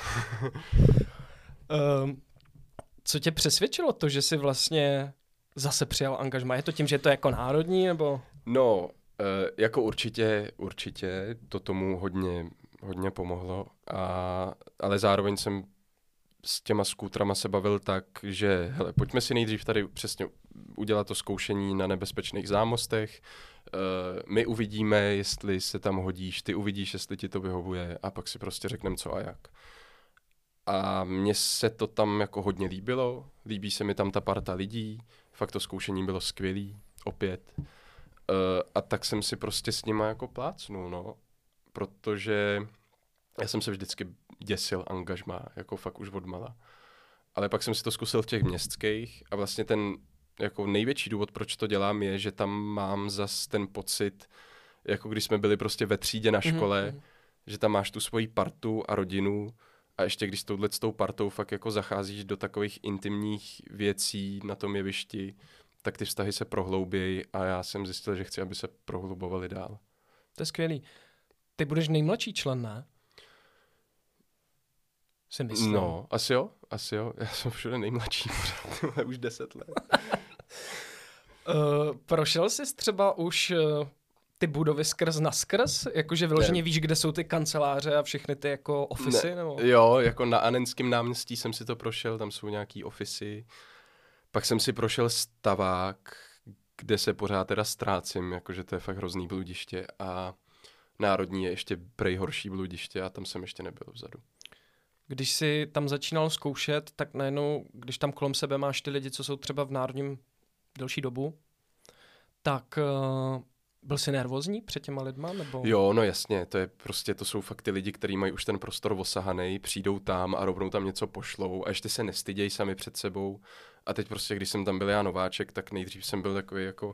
uh, co tě přesvědčilo to, že jsi vlastně zase přijal angažma? Je to tím, že je to jako národní, nebo? No, uh, jako určitě, určitě to tomu hodně, hodně pomohlo, a, ale zároveň jsem s těma skútrama se bavil tak, že hele, pojďme si nejdřív tady přesně udělat to zkoušení na nebezpečných zámostech, uh, my uvidíme, jestli se tam hodíš, ty uvidíš, jestli ti to vyhovuje a pak si prostě řekneme co a jak. A mně se to tam jako hodně líbilo, líbí se mi tam ta parta lidí, fakt to zkoušení bylo skvělý, opět. Uh, a tak jsem si prostě s nima jako plácnul, no, protože já jsem se vždycky děsil angažmá, jako fakt už odmala. Ale pak jsem si to zkusil v těch městských a vlastně ten jako největší důvod, proč to dělám, je, že tam mám zas ten pocit, jako když jsme byli prostě ve třídě na škole, mm-hmm. že tam máš tu svoji partu a rodinu a ještě když s touhle s tou partou fakt jako zacházíš do takových intimních věcí na tom jevišti, tak ty vztahy se prohloubějí a já jsem zjistil, že chci, aby se prohlubovaly dál. To je skvělý. Ty budeš nejmladší člen, ne? Si myslím. No, asi jo, asi jo. Já jsem všude nejmladší pořád, ale už deset let. uh, prošel jsi třeba už uh, ty budovy skrz na skrz? Jakože vyloženě ne. Víš, kde jsou ty kanceláře a všechny ty jako ofisy? Ne. Nebo? Jo, jako na Anenském náměstí jsem si to prošel, tam jsou nějaký ofisy. Pak jsem si prošel Stavák, kde se pořád teda ztrácím, jakože to je fakt hrozný bludiště. A Národní je ještě prej horší bludiště a tam jsem ještě nebyl vzadu. Když jsi tam začínal zkoušet, tak najednou, když tam kolem sebe máš ty lidi, co jsou třeba v Národním delší dobu, tak uh, byl jsi nervózní před těma lidma? Nebo? Jo, no jasně, to je prostě, to jsou fakt ty lidi, kteří mají už ten prostor osahaný, přijdou tam a rovnou tam něco pošlou a ještě se nestydějí sami před sebou. A teď prostě, když jsem tam byl já nováček, tak nejdřív jsem byl takový jako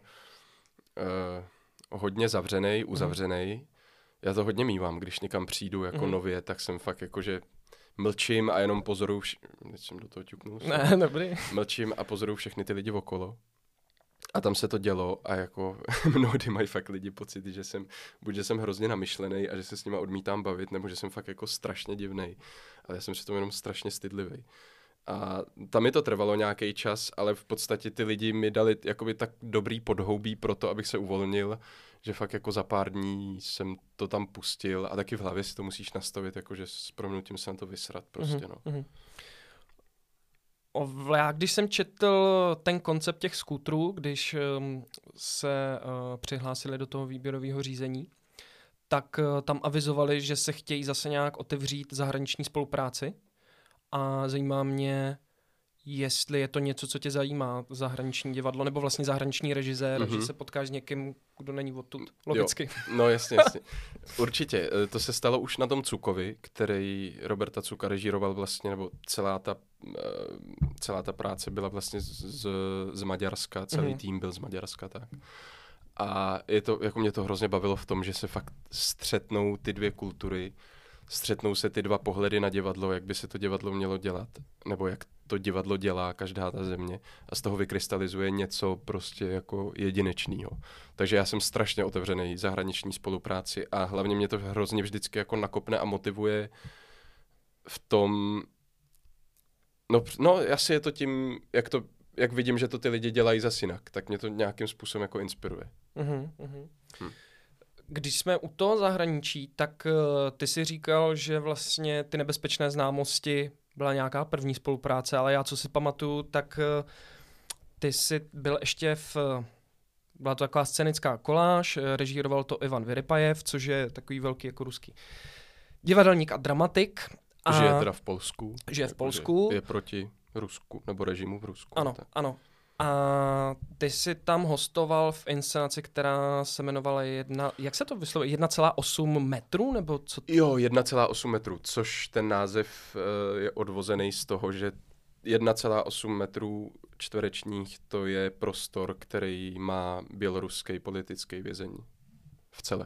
uh, hodně zavřenej, uzavřenej. Mm. Já to hodně mívám, když někam přijdu jako mm. nově, tak jsem fakt jako, že mlčím a jenom pozoruju, vš- teď jsem do toho ťuknul. Ne, dobrý. Mlčím a pozoruju všechny ty lidi okolo. A tam se to dělo a jako mnohdy mají fakt lidi pocit, že jsem, buď že jsem hrozně namyšlený a že se s nima odmítám bavit, nebo že jsem fakt jako strašně divnej. Ale já jsem si to jenom strašně stydlivý. A tam mi to trvalo nějaký čas, ale v podstatě ty lidi mi dali jakoby tak dobrý podhoubí pro to, abych se uvolnil, že fakt jako za pár dní jsem to tam pustil a taky v hlavě si to musíš nastavit, jakože s prominutím se na to vysrat prostě, mm-hmm. no. O, já když jsem četl ten koncept těch skútrů, když um, se uh, přihlásili do toho výběrového řízení, tak uh, tam avizovali, že se chtějí zase nějak otevřít zahraniční spolupráci a zajímá mě, jestli je to něco, co tě zajímá, zahraniční divadlo, nebo vlastně zahraniční režisér, mm-hmm. že se potkáš s někým, kdo není odtud, logicky. Jo. No jasně, jasně. Určitě. To se stalo už na tom Cukovi, který Roberta Cuka režíroval vlastně, nebo celá ta, celá ta práce byla vlastně z, z Maďarska, celý mm-hmm. tým byl z Maďarska, tak. A je to, jako mě to hrozně bavilo v tom, že se fakt střetnou ty dvě kultury, střetnou se ty dva pohledy na divadlo, jak by se to divadlo mělo dělat, nebo jak to divadlo dělá každá ta země a z toho vykrystalizuje něco prostě jako jedinečného. Takže já jsem strašně otevřený zahraniční spolupráci a hlavně mě to hrozně vždycky jako nakopne a motivuje v tom, no, no asi je to tím, jak, to, jak vidím, že to ty lidi dělají zas jinak, tak mě to nějakým způsobem jako inspiruje. Uh-huh, uh-huh. Hm. Když jsme u toho zahraničí, tak uh, ty si říkal, že vlastně ty nebezpečné známosti byla nějaká první spolupráce, ale já, co si pamatuju, tak uh, ty jsi byl ještě v... Byla to taková scénická koláž, režíroval to Ivan Vyrypajev, což je takový velký jako ruský divadelník a dramatik. A žije teda v Polsku. Žije v Polsku. Je proti Rusku, nebo režimu v Rusku. Ano, tak. ano. A ty jsi tam hostoval v inscenaci, která se jmenovala jedna, jak se to vyslovuje, jedna celá osm metrů, nebo co? To... Jo, jedna celá osm metrů, což ten název uh, je odvozený z toho, že jedna celá osm metrů čtverečních to je prostor, který má běloruský politický vězení v celé.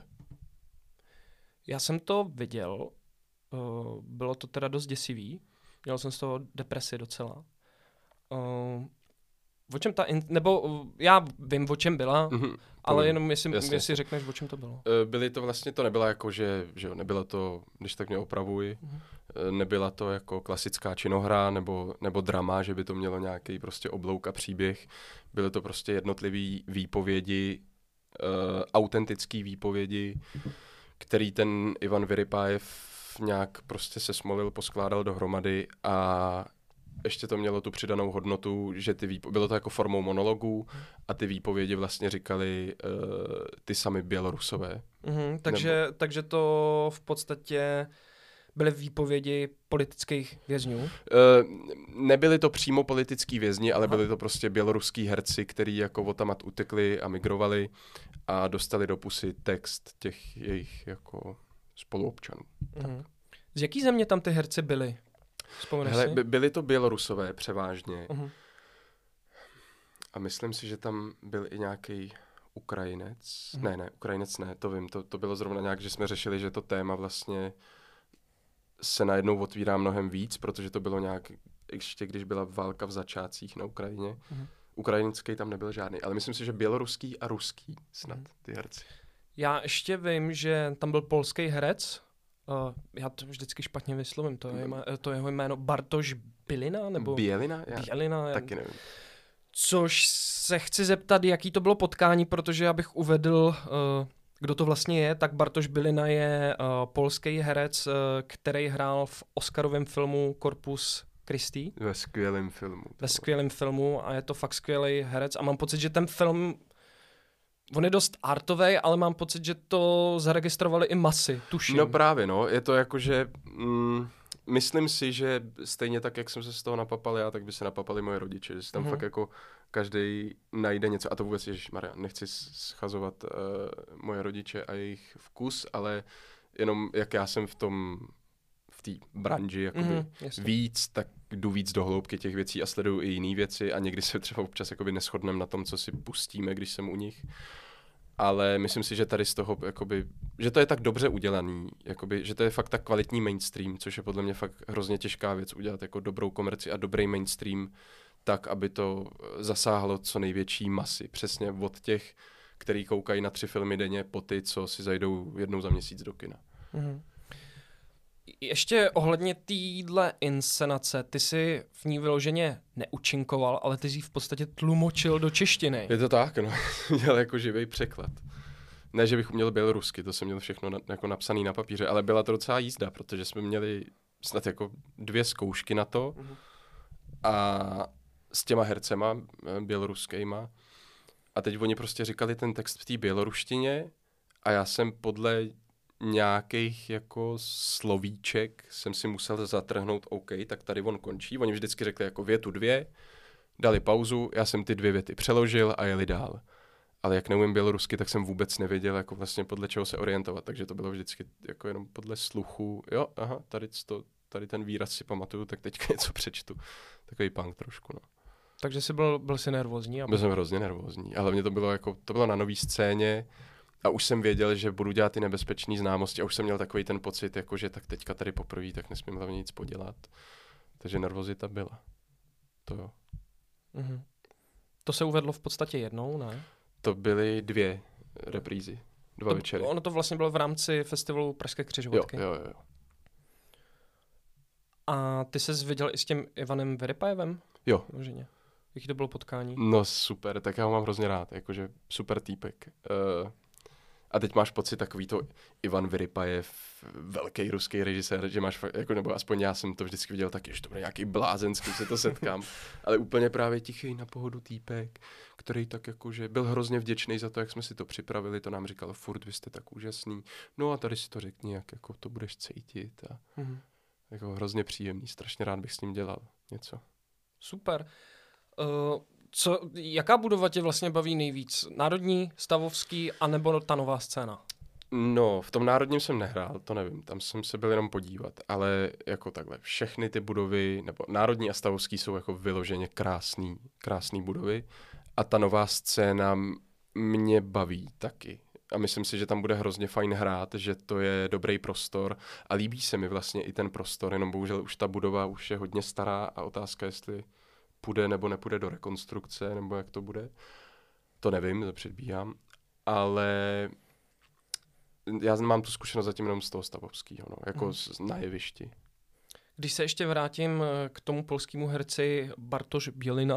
Já jsem to viděl, uh, bylo to teda dost děsivý, měl jsem z toho depresi docela. Uh, O čem ta, in, nebo uh, já vím, o čem byla, mm-hmm, ale jenom jestli, jestli řekneš, o čem to bylo. Byly to vlastně, to nebyla jako, že, že jo, nebyla to, když tak mě opravuj, mm-hmm. nebyla to jako klasická činohra nebo, nebo drama, že by to mělo nějaký prostě oblouk a příběh. Byly to prostě jednotlivý výpovědi, uh, autentický výpovědi, který ten Ivan Vyrypajev nějak prostě se smolil, poskládal dohromady a ještě to mělo tu přidanou hodnotu, že ty výpo- bylo to jako formou monologů a ty výpovědi vlastně říkali uh, ty sami Bělorusové. Mm-hmm, takže, Nebo... takže to v podstatě byly výpovědi politických vězňů? Uh, nebyly to přímo politický vězni, ale Aha. byli to prostě běloruský herci, kteří jako otamat utekli a migrovali a dostali do pusy text těch jejich jako spoluobčanů. Mm-hmm. Z jaký země tam ty herci byli? Hele, by, byli to Bělorusové převážně. Uh-huh. A myslím si, že tam byl i nějaký Ukrajinec. Uh-huh. Ne, ne, Ukrajinec ne, to vím. To, to bylo zrovna nějak, že jsme řešili, že to téma vlastně se najednou otvírá mnohem víc, protože to bylo nějak, ještě když byla válka v začátcích na Ukrajině. Uh-huh. Ukrajinský tam nebyl žádný, ale myslím si, že běloruský a ruský snad uh-huh. ty herci. Já ještě vím, že tam byl polský herec. Uh, já to vždycky špatně vyslovím, to je, jmé, to je jeho jméno Bartoš Bylina, nebo... Bělina? Já Bělina, já... taky nevím. Což se chci zeptat, jaký to bylo potkání, protože abych uvedl, uh, kdo to vlastně je, tak Bartoš Bylina je uh, polský herec, uh, který hrál v Oscarovém filmu Corpus Christi. Ve skvělém filmu. Ve skvělém filmu a je to fakt skvělý herec a mám pocit, že ten film on je dost artovej, ale mám pocit, že to zaregistrovali i masy, tuším. No právě, no. Je to jako, že... Mm, myslím si, že stejně tak, jak jsem se z toho napapal já, tak by se napapali moje rodiče. Že si tam mm-hmm. fakt jako každý najde něco. A to vůbec, ježišmarja, nechci schazovat uh, moje rodiče a jejich vkus, ale jenom jak já jsem v tom... v té branži jakoby mm-hmm, víc, tak jdu víc do hloubky těch věcí a sleduju i jiné věci a někdy se třeba občas jakoby neshodneme na tom, co si pustíme, když jsem u nich. Ale myslím si, že tady z toho, jakoby, že to je tak dobře udělaný, jakoby, že to je fakt tak kvalitní mainstream, což je podle mě fakt hrozně těžká věc udělat, jako dobrou komerci a dobrý mainstream, tak, aby to zasáhlo co největší masy. Přesně od těch, který koukají na tři filmy denně, po ty, co si zajdou jednou za měsíc do kina. Mm-hmm. Ještě ohledně téhle inscenace, ty jsi v ní vyloženě neúčinkoval, ale ty jsi v podstatě tlumočil do češtiny. Je to tak, no. Měl jako živý překlad. Ne, že bych uměl bělorusky, to jsem měl všechno na, jako napsaný na papíře, ale byla to docela jízda, protože jsme měli snad jako dvě zkoušky na to uh-huh. a s těma hercema běloruskýma. A teď oni prostě říkali ten text v té běloruštině a já jsem podle nějakých jako slovíček jsem si musel zatrhnout OK, tak tady on končí. Oni vždycky řekli jako větu dvě, dali pauzu, já jsem ty dvě věty přeložil a jeli dál. Ale jak neumím bělorusky, tak jsem vůbec nevěděl, jako vlastně podle čeho se orientovat, takže to bylo vždycky jako jenom podle sluchu. Jo, aha, tady, to, tady ten výraz si pamatuju, tak teďka něco přečtu. Takový punk trošku, no. Takže jsi byl, byl jsi nervózní? Byl jsem hrozně nervózní, ale hlavně to bylo jako, to bylo na nový scéně, a už jsem věděl, že budu dělat ty nebezpečné známosti a už jsem měl takový ten pocit, jako že tak teďka tady poprvé, tak nesmím hlavně nic podělat. Takže nervozita byla. To jo. Mm-hmm. To se uvedlo v podstatě jednou, ne? To byly dvě reprízy. Dva to, večery. Ono to vlastně bylo v rámci festivalu Pražské křižovatky. Jo, jo, jo. A ty ses viděl i s tím Ivanem Vyrypajevem? Jo. Možně. Jaký to bylo potkání? No super, tak já ho mám hrozně rád, jakože super týpek. Uh, A teď máš pocit takový to Ivan Vyrypajev, velký ruský režisér, že máš fakt, jako, nebo aspoň já jsem to vždycky viděl taky, že to bude nějaký blázen, s kým se to setkám, ale úplně právě tichý na pohodu týpek, který tak jakože byl hrozně vděčný za to, jak jsme si to připravili, to nám říkal furt, vy jste tak úžasný, no a tady si to řekni, jak jako to budeš cítit a mm-hmm. jako hrozně příjemný, strašně rád bych s ním dělal něco. Super. Uh... Co, jaká budova tě vlastně baví nejvíc? Národní, stavovský, anebo ta nová scéna? No, v tom národním jsem nehrál, to nevím, tam jsem se byl jenom podívat, ale jako takhle, všechny ty budovy, nebo národní a stavovský jsou jako vyloženě krásný, krásný budovy a ta nová scéna mě baví taky. A myslím si, že tam bude hrozně fajn hrát, že to je dobrý prostor a líbí se mi vlastně i ten prostor, jenom bohužel už ta budova už je hodně stará a otázka, jestli půjde nebo nepůjde do rekonstrukce, nebo jak to bude. To nevím, to předbíhám. Ale já mám tu zkušenost zatím jenom z toho stavovského, no, jako mm. z, na jevišti. Když se ještě vrátím k tomu polskému herci Bartosz Bělina,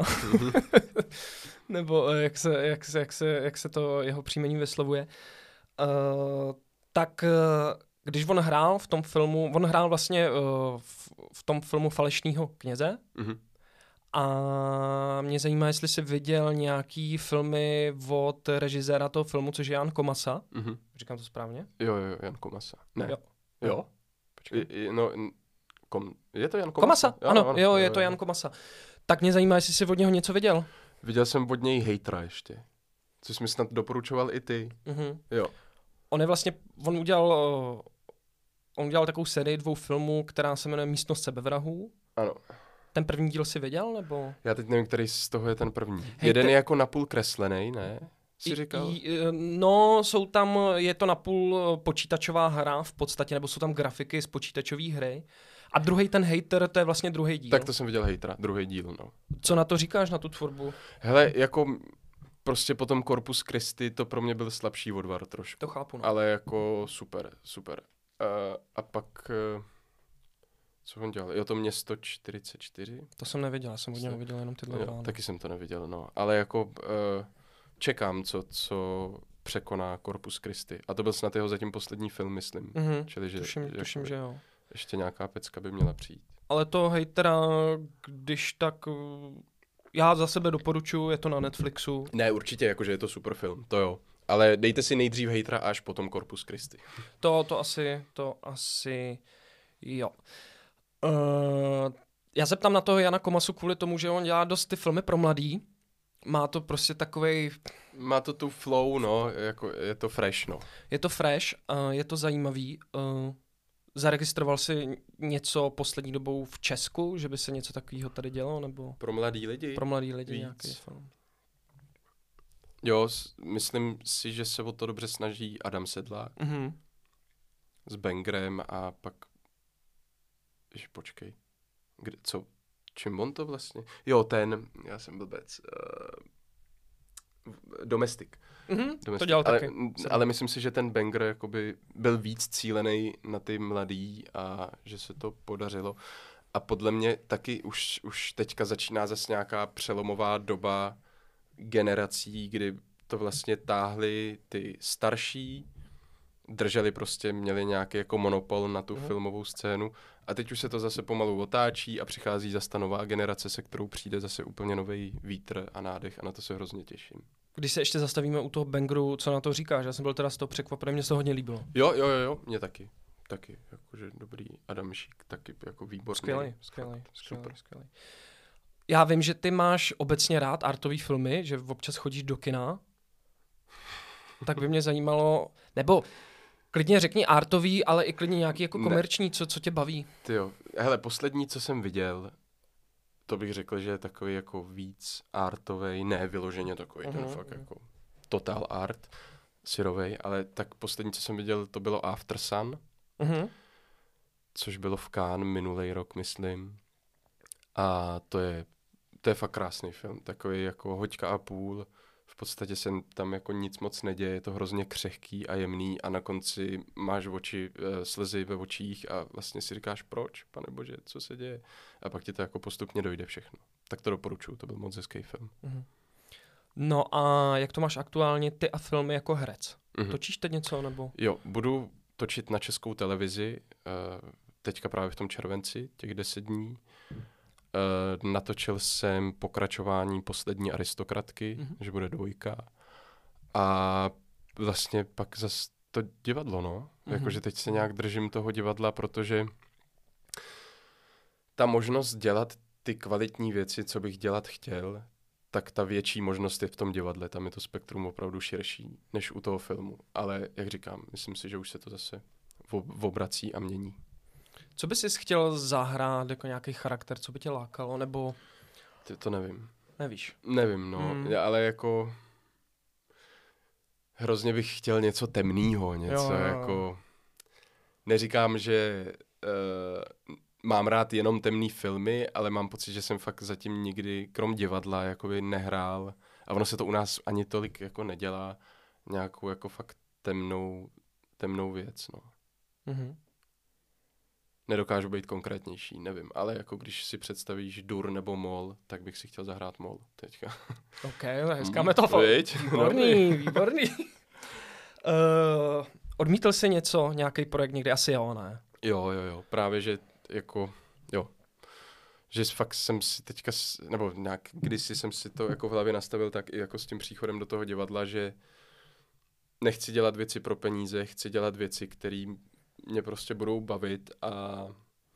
nebo jak se, jak, se, jak, se, jak se to jeho příjmení vyslovuje, uh, tak když on hrál v tom filmu, on hrál vlastně uh, v, v tom filmu Falešnýho kněze, mm-hmm. A mě zajímá, jestli jsi viděl nějaký filmy od režiséra toho filmu, což je Jan Komasa. Mm-hmm. Říkám to správně? Jo, jo, Jan Komasa. Ne. Jo. Jo? I, no, kom, je to Jan Komasa? Komasa? Ano, ano, jo, je jo, to jo. Jan Komasa. Tak mě zajímá, jestli jsi od něho něco viděl. Viděl jsem od něj Hejtra ještě. Což jsi mi snad doporučoval i ty. Mm-hmm. Jo. On je vlastně, on udělal, on udělal takovou sérii dvou filmů, která se jmenuje Místnost sebevrahů. Ano. Ten první díl si viděl, nebo? Já teď nevím, který z toho je ten první. Hej, Jeden te... je jako napůl kreslený, ne? Jsi říkal? I, no, jsou tam, je to napůl počítačová hra v podstatě, nebo jsou tam grafiky z počítačové hry. A druhý ten Hater, to je vlastně druhý díl. Tak to jsem viděl Hatera, druhý díl, no. Co na to říkáš, na tu tvorbu? Hele, jako prostě potom Corpus Christi to pro mě byl slabší odvar trošku. To chápu, no. Ale jako super, super. Uh, a pak... Uh... Co on dělal? Jo, to Město čtyřicet čtyři? To jsem neviděl, já jsem od něho viděl jenom tyhle jo, taky jsem to neviděl, no. Ale jako uh, čekám, co, co překoná Corpus Christi. A to byl snad jeho zatím poslední film, myslím. Mm-hmm. Čili, že, tuším, že, tuším, že jo. Ještě nějaká pecka by měla přijít. Ale to Hejtera, když tak... Já za sebe doporučuji, je to na Netflixu. Ne, určitě, jakože je to super film, to jo. Ale dejte si nejdřív hejtra až potom Corpus Christi. To, to asi, to asi, jo. Uh, já se ptám na toho Jana Komasu kvůli tomu, že on dělá dost ty filmy pro mladý. Má to prostě takovej... Má to tu flow, no, jako je to fresh, no. Je to fresh, uh, je to zajímavý. Uh, zaregistroval jsi něco poslední dobou v Česku, že by se něco takového tady dělalo, nebo... Pro mladý lidi? Pro mladý lidi víc. Nějaký film. Jo, s- myslím si, že se o to dobře snaží Adam Sedlák Mm-hmm. s Bangerem a pak... Ježi, počkej. Kde, co? Čím on to vlastně? Jo, ten, já jsem blbec. Uh, Domestic. Mm-hmm. Domestic. To dělal ale, taky. ale myslím si, že ten Banger jakoby byl víc cílený na ty mladý a že se to podařilo. A podle mě taky už, už teďka začíná zase nějaká přelomová doba generací, kdy to vlastně táhli ty starší, drželi prostě, měli nějaký jako monopol na tu Mhm. filmovou scénu a teď už se to zase pomalu otáčí a přichází zase ta nová generace, se kterou přijde zase úplně nový vítr a nádech a na to se hrozně těším. Když se ještě zastavíme u toho Bangeru, co na to říkáš? Já jsem byl teda z toho překvapený, mně se to hodně líbilo. Jo, jo, jo, jo, mě taky. Taky, jakože dobrý Adam Šík, taky jako výborný. Skvělej, Fakt, skvělej, skvělej, super. skvělej. Já vím, že ty máš obecně rád artový filmy, že občas chodíš do kina. Tak by mě zajímalo, nebo klidně řekni artový, ale i klidně nějaký jako Ne. komerční, co, co tě baví. Tyjo, hele, poslední, co jsem viděl, to bych řekl, že je takový jako víc artovej, ne vyloženě takový, ten Mhm, fakt mhm. jako total art, syrovej, ale tak poslední, co jsem viděl, to bylo After Sun, Mhm. což bylo v Cannes minulý rok, myslím. A to je, to je fakt krásný film, takový jako hoďka a půl. V podstatě se tam jako nic moc neděje, je to hrozně křehký a jemný a na konci máš oči, e, slzy ve očích a vlastně si říkáš, proč, pane bože, co se děje? A pak ti to jako postupně dojde všechno. Tak to doporučuju, to byl moc hezký film. Mhm. No a jak to máš aktuálně ty a filmy jako herec? Mhm. Točíš teď něco, nebo? Jo, budu točit na Českou televizi, e, teďka právě v tom červenci, těch deset dní. Uh, natočil jsem pokračování Poslední aristokratky, Mhm. že bude dvojka. A vlastně pak zase to divadlo, no. Mhm. Jakože teď se nějak držím toho divadla, protože ta možnost dělat ty kvalitní věci, co bych dělat chtěl, tak ta větší možnost je v tom divadle. Tam je to spektrum opravdu širší než u toho filmu. Ale jak říkám, myslím si, že už se to zase ob- obrací a mění. Co bys si chtěl zahrát jako nějaký charakter, co by tě lákalo, nebo Ty to nevím. nevíš? Nevím, no, Hmm. hmm. ale jako hrozně bych chtěl něco temného, něco Jo, jo, jo. jako... Neříkám, že uh, mám rád jenom temný filmy, ale mám pocit, že jsem fakt zatím nikdy, krom divadla, jakoby nehrál. A ono se to u nás ani tolik jako nedělá, nějakou jako fakt temnou, temnou věc, no. Mhm. Nedokážu být konkrétnější, nevím, ale jako když si představíš dur nebo mol, tak bych si chtěl zahrát mol teďka. OK, hezkáme to. Mm, viď? Výborný, výborný. uh, odmítl jsi něco, nějaký projekt někdy? Asi jo, ne? Jo, jo, jo, právě, že jako, jo, že fakt jsem si teďka, s- nebo nějak kdysi jsem si to jako v hlavě nastavil tak i jako s tím příchodem do toho divadla, že nechci dělat věci pro peníze, chci dělat věci, které mě prostě budou bavit a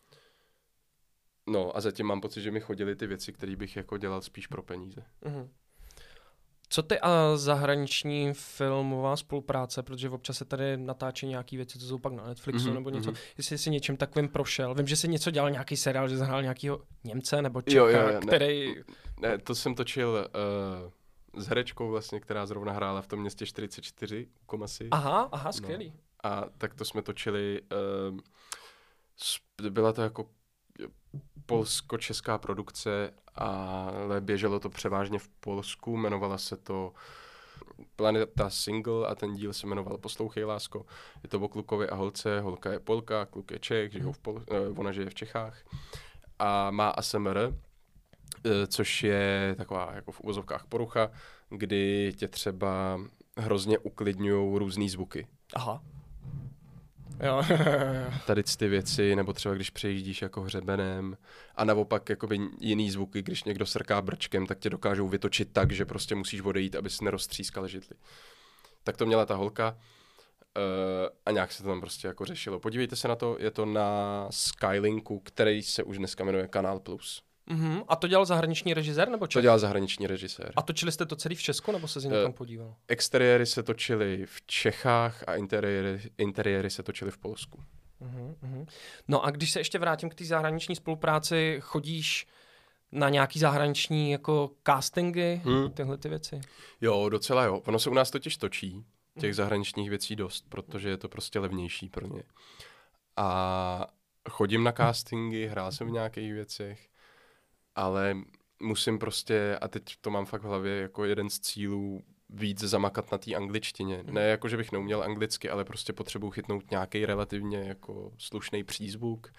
no a zatím mám pocit, že mi chodily ty věci, které bych jako dělal spíš pro peníze. Mhm. Co ty a zahraniční filmová spolupráce, protože občas se tady natáčí nějaký věci, co jsou pak na Netflixu Mhm, nebo něco, mhm. jestli jsi něčím takovým prošel. Vím, že jsi něco dělal, nějaký seriál, že zahrál nějakýho Němce nebo Čecha, Jo, jo, jo, ne. který... Ne, to jsem točil uh, s herečkou vlastně, která zrovna hrála v tom městě čtyřicet čtyři u Komasy. Aha, aha, skvělý. No. A tak to jsme točili, uh, byla to jako polsko-česká produkce, ale běželo to převážně v Polsku, jmenovala se to Planeta Single a ten díl se jmenoval Poslouchej, lásko. Je to o klukovi a holce, holka je Polka, kluk je Čech, žijou v Pol- uh, ona žije v Čechách a má A S M R, uh, což je taková jako v uvozovkách porucha, kdy tě třeba hrozně uklidňují různý zvuky. Aha. Jo. Tady ty věci, nebo třeba když přejíždíš jako hřebenem a naopak jakoby jiný zvuky, když někdo srká brčkem, tak tě dokážou vytočit tak, že prostě musíš odejít, abys neroztřískal židli. Tak to měla ta holka uh, a nějak se to tam prostě jako řešilo. Podívejte se na to, je to na Skylinku, který se už dneska jmenuje Kanál Plus. Mm-hmm. A to dělal zahraniční režisér nebo Čech? To dělal zahraniční režisér. A točili jste to celý v Česku, nebo se z někam uh, podíval? Exteriéry se točily v Čechách a interiéry, interiéry se točily v Polsku. Uh-huh. No a když se ještě vrátím k té zahraniční spolupráci, chodíš na nějaký zahraniční jako castingy, hmm. tyhle ty věci? Jo, docela jo. Ono se u nás totiž točí těch zahraničních věcí dost, protože je to prostě levnější pro ně. A chodím na castingy, hrál jsem v nějakých věcech, ale musím prostě, a teď to mám fakt v hlavě jako jeden z cílů, víc zamakat na té angličtině. Ne jako, že bych neuměl anglicky, ale prostě potřebuji chytnout nějaký relativně jako slušný přízvuk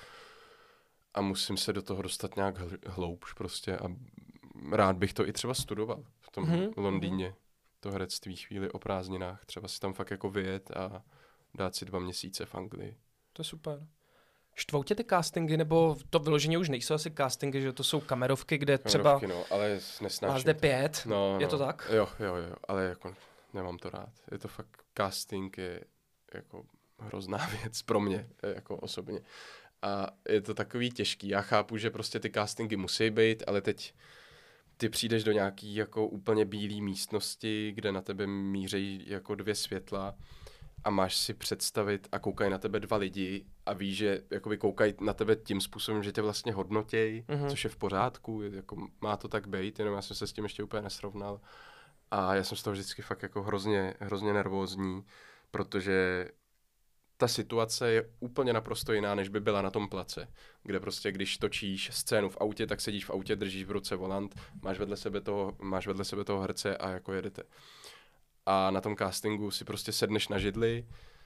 a musím se do toho dostat nějak hloubš prostě a rád bych to i třeba studoval v tom mm-hmm. Londýně. To herectví chvíli o prázdninách. Třeba si tam fakt jako vyjet a dát si dva měsíce v Anglii. To je super. Štvou tě ty castingy, nebo to vyloženě už nejsou asi castingy, že to jsou kamerovky, kde třeba kamerovky, no, ale nesnáším. Vás jde pět, no, je no. to tak? Jo, jo, jo, ale jako nemám to rád. Je to fakt, casting je jako hrozná věc pro mě, jako osobně. A je to takový těžký. Já chápu, že prostě ty castingy musí být, ale teď ty přijdeš do nějaký jako úplně bílé místnosti, kde na tebe mířejí jako dvě světla a máš si představit a koukají na tebe dva lidi a víš, že jakoby koukají na tebe tím způsobem, že tě vlastně hodnotěj, mm-hmm. což je v pořádku, jako má to tak být, jenom já jsem se s tím ještě úplně nesrovnal. A já jsem z toho vždycky fakt jako hrozně, hrozně nervózní, protože ta situace je úplně naprosto jiná, než by byla na tom place, kde prostě, když točíš scénu v autě, tak sedíš v autě, držíš v ruce volant, máš vedle sebe toho, máš vedle sebe toho herce a jako jedete. A na tom castingu si prostě sedneš na židli,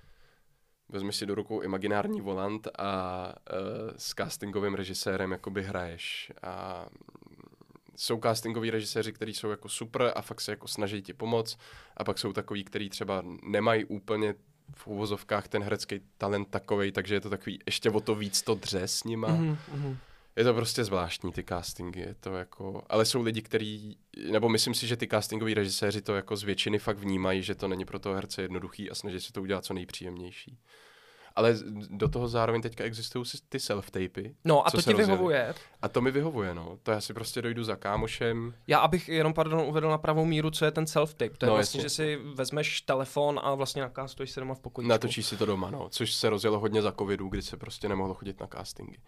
vezmeš si do rukou imaginární volant a uh, s castingovým režisérem jakoby hraješ. A jsou castingoví režiséři, kteří jsou jako super a fakt se jako snaží ti pomoct, a pak jsou takový, kteří třeba nemají úplně v uvozovkách ten herecký talent takovej, takže je to takový ještě o to víc to dře s nima. Mm-hmm. Je to prostě zvláštní, ty castingy, je to jako, ale jsou lidi, kteří, nebo myslím si, že ty castingoví režiséři to jako z většiny fakt vnímají, že to není pro toho herce jednoduchý a snaží se to udělat co nejpříjemnější. Ale do toho zároveň teďka existují ty self-tapy. No a to ti rozjeli. Vyhovuje. A to mi vyhovuje, no. To já si prostě dojdu za kámošem. Já abych jenom, pardon, uvedl na pravou míru, co je ten self-tape. To je no, vlastně, jasně. Že si vezmeš telefon a vlastně nakástuješ se doma v pokojíčku. Natočíš si to doma, no. Což se rozjelo hodně za covidu, kdy se prostě nemohlo chodit na castingy.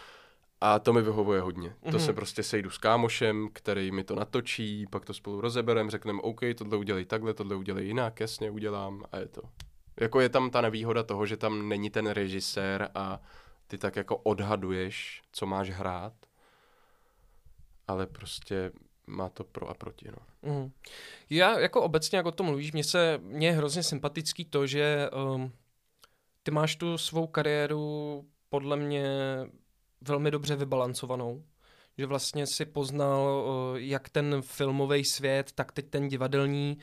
A to mi vyhovuje hodně. Mm-hmm. To se prostě sejdu s kámošem, který mi to natočí, pak to spolu rozeberem, řekneme OK, tohle udělej takhle, tohle udělej jinak, jasně udělám a je to. Jako je tam ta nevýhoda toho, že tam není ten režisér a ty tak jako odhaduješ, co máš hrát, ale prostě má to pro a proti, no. Mm. Já jako obecně, jak o tom mluvíš, mně se, mně je hrozně sympatický to, že um, ty máš tu svou kariéru podle mě velmi dobře vybalancovanou, že vlastně si poznal uh, jak ten filmový svět, tak teď ten divadelní.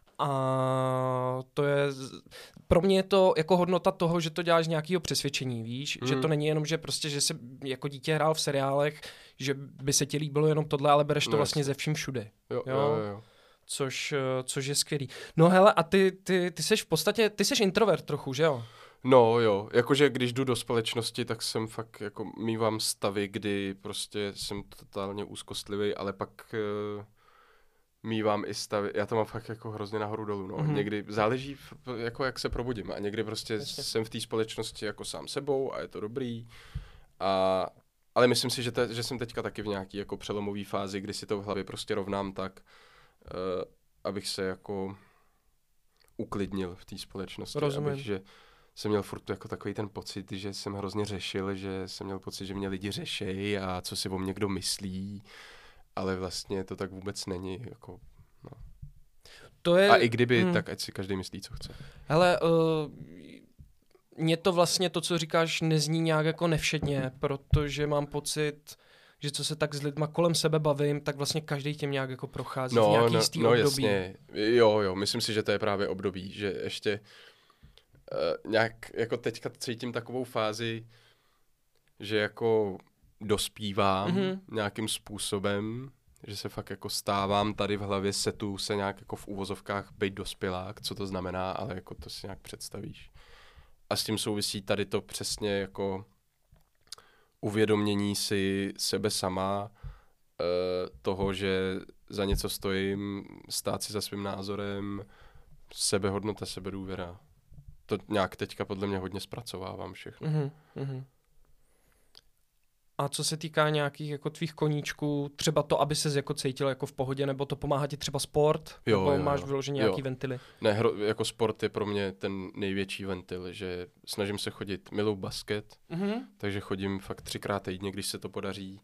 A to je, pro mě je to jako hodnota toho, že to děláš z nějakého přesvědčení, víš, mm. že to není jenom, že prostě, že jsi jako dítě hrál v seriálech, že by se ti líbilo jenom tohle, ale bereš to no, vlastně ze vším všude. Jo, jo, jo, jo. Což, což je skvělý. No hele, a ty, ty, ty seš v podstatě, ty seš introvert trochu, že jo? No jo, jakože když jdu do společnosti, tak jsem fakt, jako mívám stavy, kdy prostě jsem totálně úzkostlivý, ale pak uh, mívám i stavy, já to mám fakt jako hrozně nahoru dolů, no. Mm-hmm. Někdy záleží, jako jak se probudím a někdy prostě Jasně. jsem v té společnosti jako sám sebou a je to dobrý. A, ale myslím si, že, te, že jsem teďka taky v nějaký jako přelomový fázi, kdy si to v hlavě prostě rovnám tak, uh, abych se jako uklidnil v té společnosti. Rozumím. Abych, že jsem měl furt jako takový ten pocit, že jsem hrozně řešil, že jsem měl pocit, že mě lidi řešejí a co si o mě kdo myslí, ale vlastně to tak vůbec není. Jako, no. To je... A i kdyby, hmm. tak ať si každý myslí, co chce. Hele, uh, mně to vlastně to, co říkáš, nezní nějak jako nevšedně, protože mám pocit, že co se tak s lidma kolem sebe bavím, tak vlastně každý tím nějak jako prochází no, v nějaký no, stý no, období. Jasně. Jo, jo, myslím si, že to je právě období, že ještě uh, nějak jako teďka cítím takovou fázi, že jako dospívám mm-hmm. nějakým způsobem, že se fakt jako stávám tady v hlavě, setu se nějak jako v úvozovkách být dospělák, co to znamená, ale jako to si nějak představíš. A s tím souvisí tady to přesně jako uvědomění si sebe sama, uh, toho, že za něco stojím, stát si za svým názorem, sebehodnota, sebedůvěra. To nějak teďka podle mě hodně zpracovávám všechno. Mm-hmm, mm-hmm. A co se týká nějakých jako tvých koníčků, třeba to, aby ses jako cítil jako v pohodě, nebo to pomáhá ti třeba sport, jo, nebo jo, máš vyloženě nějaký jo. ventily? Ne, hro, jako sport je pro mě ten největší ventil, že snažím se chodit, miluji basket, Mm-hmm. takže chodím fakt třikrát týdně, když se to podaří.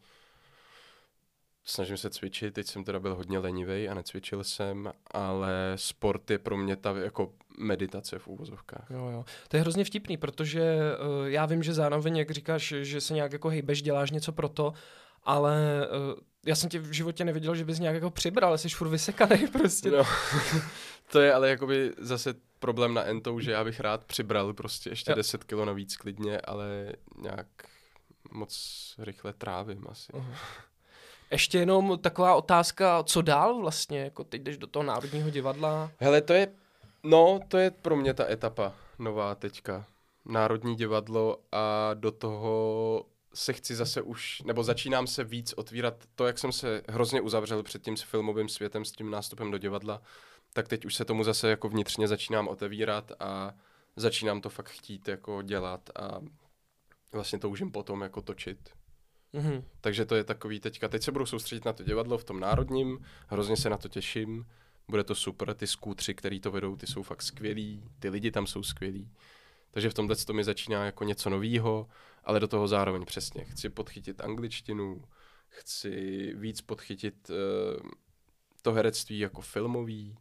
Snažím se cvičit, teď jsem teda byl hodně lenivej a necvičil jsem, ale sport je pro mě ta jako meditace v úvozovkách. Jo, jo. To je hrozně vtipný, protože uh, já vím, že zároveň, jak říkáš, že se nějak jako hejbeš, děláš něco pro to, ale uh, já jsem tě v životě neviděl, že bys nějak jako přibral, jsi furt vysekanej prostě. No, to je ale jakoby zase problém na entou, že já bych rád přibral prostě ještě jo. deset kilo navíc klidně, ale nějak moc rychle trávím asi. Uh-huh. Ještě jenom taková otázka, co dál vlastně, jako teď jdeš do toho Národního divadla? Hele, to je, no, to je pro mě ta etapa nová teďka. Národní divadlo a do toho se chci zase už, nebo začínám se víc otvírat to, jak jsem se hrozně uzavřel před tím filmovým světem s tím nástupem do divadla, tak teď už se tomu zase jako vnitřně začínám otevírat a začínám to fakt chtít jako dělat a vlastně toužím potom jako točit. Mm-hmm. Takže to je takový teďka, teď se budu soustředit na to divadlo v tom národním, hrozně se na to těším, bude to super, ty skútři, který to vedou, ty jsou fakt skvělí, ty lidi tam jsou skvělí. Takže v tomhle to mi začíná jako něco novýho, ale do toho zároveň přesně. Chci podchytit angličtinu, chci víc podchytit uh, to herectví jako filmový.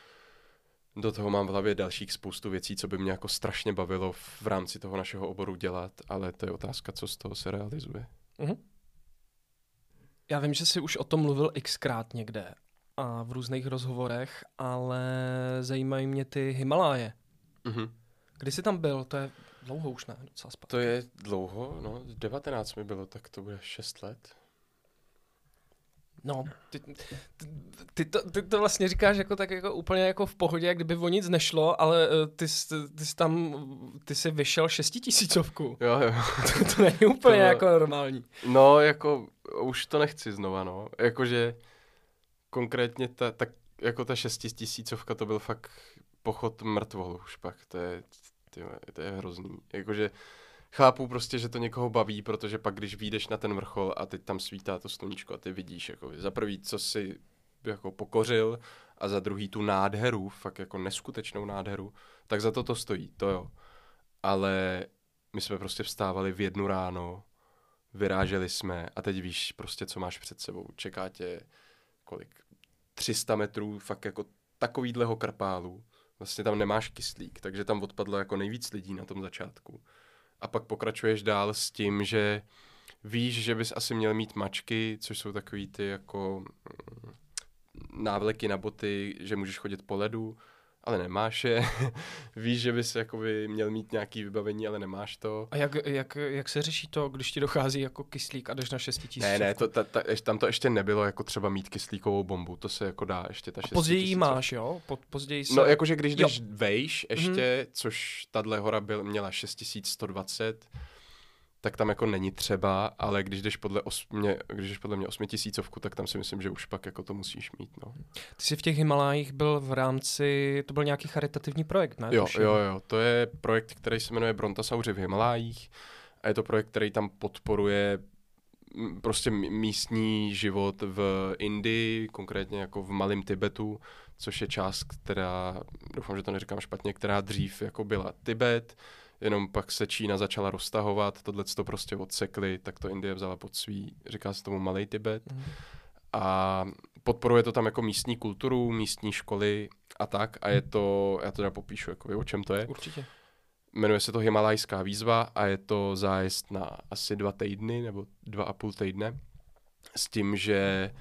Do toho mám v hlavě dalších spoustu věcí, co by mě jako strašně bavilo v rámci toho našeho oboru dělat, ale to je otázka, co z toho se realizuje. Uh-huh. Já vím, že jsi už o tom mluvil xkrát někde a v různých rozhovorech, ale zajímají mě ty Himaláje. Uh-huh. Kdy jsi tam byl? To je dlouho už, ne? Docela zpátky. To je dlouho, no, devatenáct mi bylo, tak to bude šest let. No, ty, ty, ty, to, ty to vlastně říkáš jako tak jako úplně jako v pohodě, jak kdyby o nic nešlo, ale ty, ty jsi tam, ty jsi vyšel šestitisícovku. Jo, jo. To, to není úplně to, jako normální. No, jako už to nechci znova, no. Jakože konkrétně ta, tak, jako ta šestitisícovka to byl fakt pochod mrtvolu už pak, to je, tyhle, to je hrozný. Jakože chápu prostě, že to někoho baví, protože pak, když vyjdeš na ten vrchol a teď tam svítá to sluníčko a ty vidíš, jako za prvý, co jsi jako pokořil a za druhý tu nádheru, fakt jako neskutečnou nádheru, tak za to to stojí, to jo. Ale my jsme prostě vstávali v jednu ráno, vyráželi jsme a teď víš prostě, co máš před sebou. Čeká tě kolik? tři sta metrů fakt jako takovýhleho krpálu. Vlastně tam nemáš kyslík, takže tam odpadlo jako nejvíc lidí na tom začátku. A pak pokračuješ dál s tím, že víš, že bys asi měl mít mačky, což jsou takový ty jako návleky na boty, že můžeš chodit po ledu, ale nemáš je. Víš, že bys jakoby měl mít nějaký vybavení, ale nemáš to. A jak, jak, jak se řeší to, když ti dochází jako kyslík a jdeš na šestitisíc? Ne, ne, to, ta, ta, tam to ještě nebylo jako třeba mít kyslíkovou bombu, to se jako dá ještě ta šestitisíc. Později ji máš, jo? Po, později se... No, jakože když jdeš jo. vejš ještě, mm. což tahle hora byl, měla šest tisíc sto dvacet, tak tam jako není třeba, ale když jdeš podle, osmě, když jdeš podle mě osmitisícovku, tak tam si myslím, že už pak jako to musíš mít, no. Ty jsi v těch Himalájích byl v rámci, to byl nějaký charitativní projekt, ne? Jo, jo, jo, to je projekt, který se jmenuje Brontasauři v Himalájích a je to projekt, který tam podporuje prostě místní život v Indii, konkrétně jako v Malém Tibetu, což je část, která, doufám, že to neříkám špatně, která dřív jako byla Tibet, jenom pak se Čína začala roztahovat, tohle to prostě odsekli, tak to Indie vzala pod svý, říká se tomu Malý Tibet. Mm. A podporuje to tam jako místní kulturu, místní školy a tak. A je to, já to teda popíšu, jako, o čem to je. Určitě. Jmenuje se to Himalajská výzva a je to zájezd na asi dva týdny nebo dva a půl týdne. S tím, že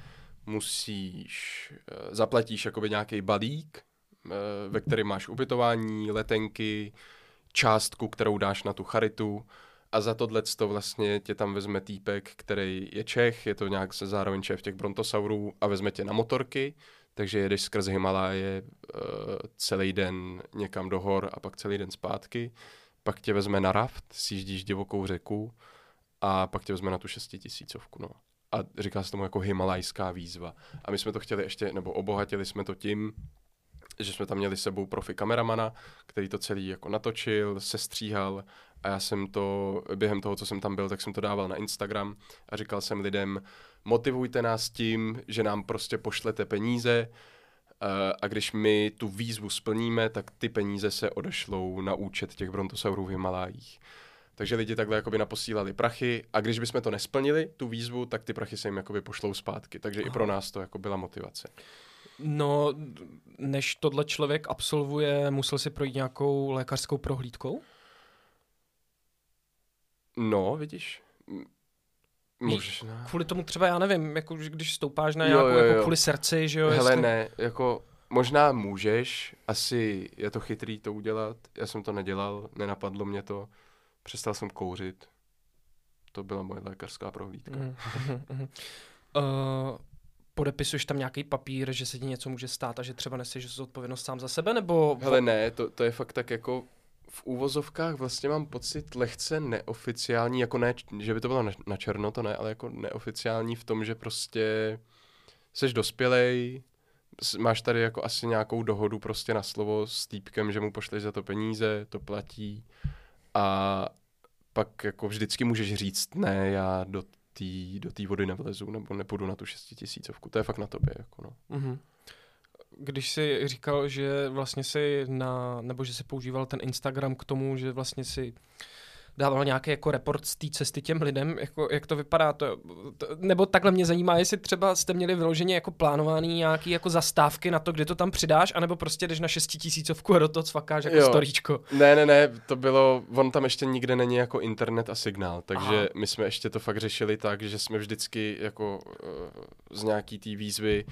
musíš, zaplatíš jakoby nějaký balík, ve kterém máš ubytování, letenky, částku, kterou dáš na tu charitu A za tohleto vlastně tě tam vezme týpek, který je Čech, je to nějak se zároveň šéf těch brontosaurů a vezme tě na motorky, takže jedeš skrz Himaláje uh, celý den někam do hor a pak celý den zpátky. Pak tě vezme na raft, sjíždíš divokou řeku a pak tě vezme na tu šestitisícovku, no. A říká se tomu jako himalajská výzva. A my jsme to chtěli ještě, nebo obohatili jsme to tím, že jsme tam měli s sebou profi kameramana, který to celý jako natočil, sestříhal a já jsem to, během toho, co jsem tam byl, tak jsem to dával na Instagram a říkal jsem lidem, motivujte nás tím, že nám prostě pošlete peníze a když my tu výzvu splníme, tak ty peníze se odešlou na účet těch brontosaurů v Himalájích. Takže lidi takhle jakoby naposílali prachy a když bychom to nesplnili, tu výzvu, tak ty prachy se jim jakoby pošlou zpátky. Takže Aha. i pro nás to jako byla motivace. No, než tohle člověk absolvuje, musel si projít nějakou lékařskou prohlídkou? No, vidíš. Možná. Kvůli tomu třeba, já nevím, jako když stoupáš na jo, nějakou, jo, jo. jako kvůli srdci, že jo? Hele, jestli... ne, jako možná můžeš, asi je to chytrý to udělat, já jsem to nedělal, nenapadlo mě to, přestal jsem kouřit, to byla moje lékařská prohlídka. Mm, mm, mm. uh, podepisuješ tam nějaký papír, že se ti něco může stát a že třeba neseš zodpovědnost sám za sebe, nebo... Hele, ne, to, to je fakt tak jako v úvozovkách vlastně mám pocit lehce neoficiální, jako ne, že by to bylo na, na černo, to ne, ale jako neoficiální v tom, že prostě seš dospělej, máš tady jako asi nějakou dohodu prostě na slovo s týpkem, že mu pošleš za to peníze, to platí a pak jako vždycky můžeš říct, ne, já do té do té vody nevlezu, nebo nepůjdu na tu šestitisícovku, to je fakt na tobě, jako no. Mm-hmm. Když jsi říkal, že vlastně si na, nebo že jsi používal ten Instagram k tomu, že vlastně si dával nějaký jako report z té cesty těm lidem, jako, jak to vypadá, to, to, nebo takhle mě zajímá, jestli třeba jste měli vyloženě jako plánovaný nějaký jako zastávky na to, kdy to tam přidáš, anebo prostě jdeš na šestitisícovku a do toho cvakáš jako jo. storíčko. Ne, ne, ne, to bylo, on tam ještě nikde není jako internet a signál, takže Aha. my jsme ještě to fakt řešili tak, že jsme vždycky jako uh, z nějaký té výzvy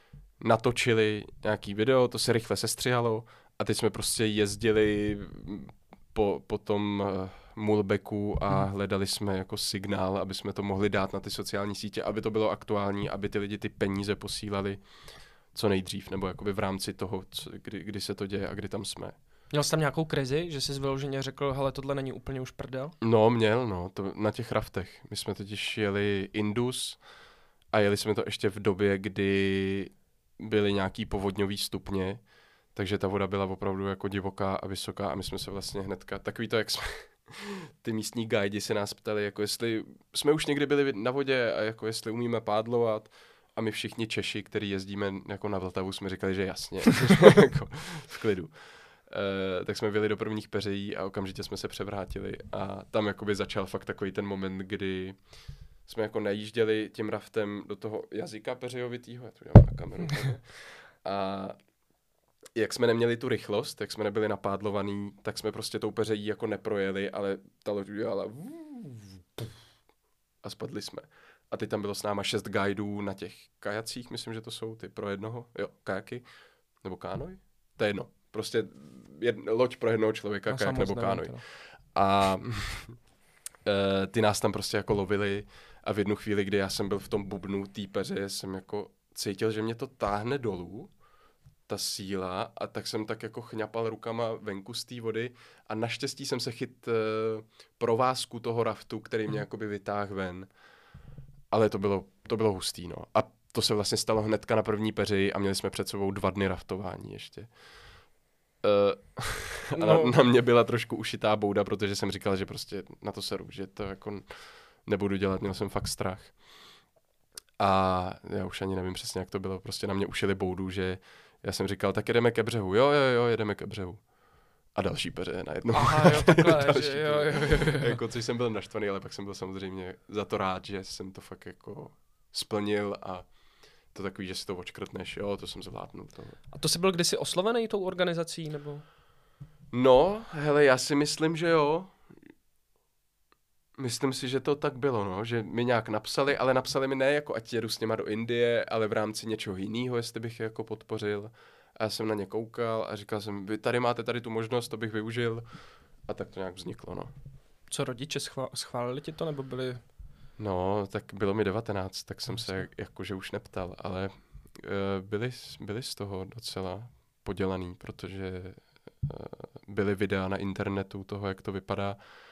natočili nějaký video, to se rychle sestřihalo a teď jsme prostě jezdili po, po tom uh, Mulbecku a hmm. hledali jsme jako signál, aby jsme to mohli dát na ty sociální sítě, aby to bylo aktuální, aby ty lidi ty peníze posílali co nejdřív, nebo jakoby v rámci toho, co, kdy, kdy se to děje a kdy tam jsme. Měl jsi tam nějakou krizi, že jsi vyloženě řekl, hele, tohle není úplně už prdel? No, měl, no, to na těch raftech. My jsme totiž jeli Indus a jeli jsme to ještě v době, kdy byly nějaký povodňový stupně, takže ta voda byla opravdu jako divoká a vysoká a my jsme se vlastně hnedka, takový to, jak jsme, ty místní guidi se nás ptali, jako jestli jsme už někdy byli na vodě a jako jestli umíme pádlovat a my všichni Češi, který jezdíme jako na Vltavu, jsme říkali, že jasně, jako v klidu. Uh, tak jsme byli do prvních peřejí a okamžitě jsme se převrátili a tam jakoby začal fakt takový ten moment, kdy jsme jako najížděli tím raftem do toho jazyka peřejovitýho, já to dělám na kameru. A jak jsme neměli tu rychlost, jak jsme nebyli napádlovaný, tak jsme prostě tou peřejí jako neprojeli, ale ta loď udělala a spadli jsme. A teď tam bylo s náma šest guidů na těch kajacích, myslím, že to jsou ty pro jednoho, jo, kajaky, nebo kánoj, to je jedno. Prostě jedno, loď pro jednoho člověka, kajak nebo kánoj. A e, ty nás tam prostě jako lovili a v jednu chvíli, kdy já jsem byl v tom bubnu té peře, jsem jako cítil, že mě to táhne dolů, ta síla, a tak jsem tak jako chňapal rukama venku z té vody a naštěstí jsem se chyt e, provázku toho raftu, který mě jakoby vytáhl ven. Ale to bylo, to bylo hustý, no. A to se vlastně stalo hnedka na první peři a měli jsme před sebou dva dny raftování ještě. Uh, a no. na, na mě byla trošku ušitá bouda, protože jsem říkal, že prostě na to seru, že to jako nebudu dělat, měl jsem fakt strach. A já už ani nevím přesně, jak to bylo, prostě na mě ušili boudu, že já jsem říkal, tak jedeme ke břehu, jo, jo, jo, jedeme ke břehu. A další peře najednou. Aha, jo, takhle, že jo, jo, jo, jo. Jako, což jsem byl naštvaný, ale pak jsem byl samozřejmě za to rád, že jsem to fakt jako splnil a to takový, že si to očkrtneš, jo, to jsem zvládnul. To. A to jsi byl kdysi oslovený tou organizací, nebo? No, hele, já si myslím, že jo. Myslím si, že to tak bylo, no, že mi nějak napsali, ale napsali mi ne jako ať jedu s něma do Indie, ale v rámci něčeho jiného, jestli bych je jako podpořil. A já jsem na ně koukal a říkal jsem, vy tady máte tady tu možnost, to bych využil. A tak to nějak vzniklo, no. Co rodiče schvál, schválili ti to, nebo byli... No, tak bylo mi devatenáct, tak jsem No, se jakože už neptal, ale uh, byli, byli z toho docela podělaný, protože uh, byly videa na internetu toho, jak to vypadá.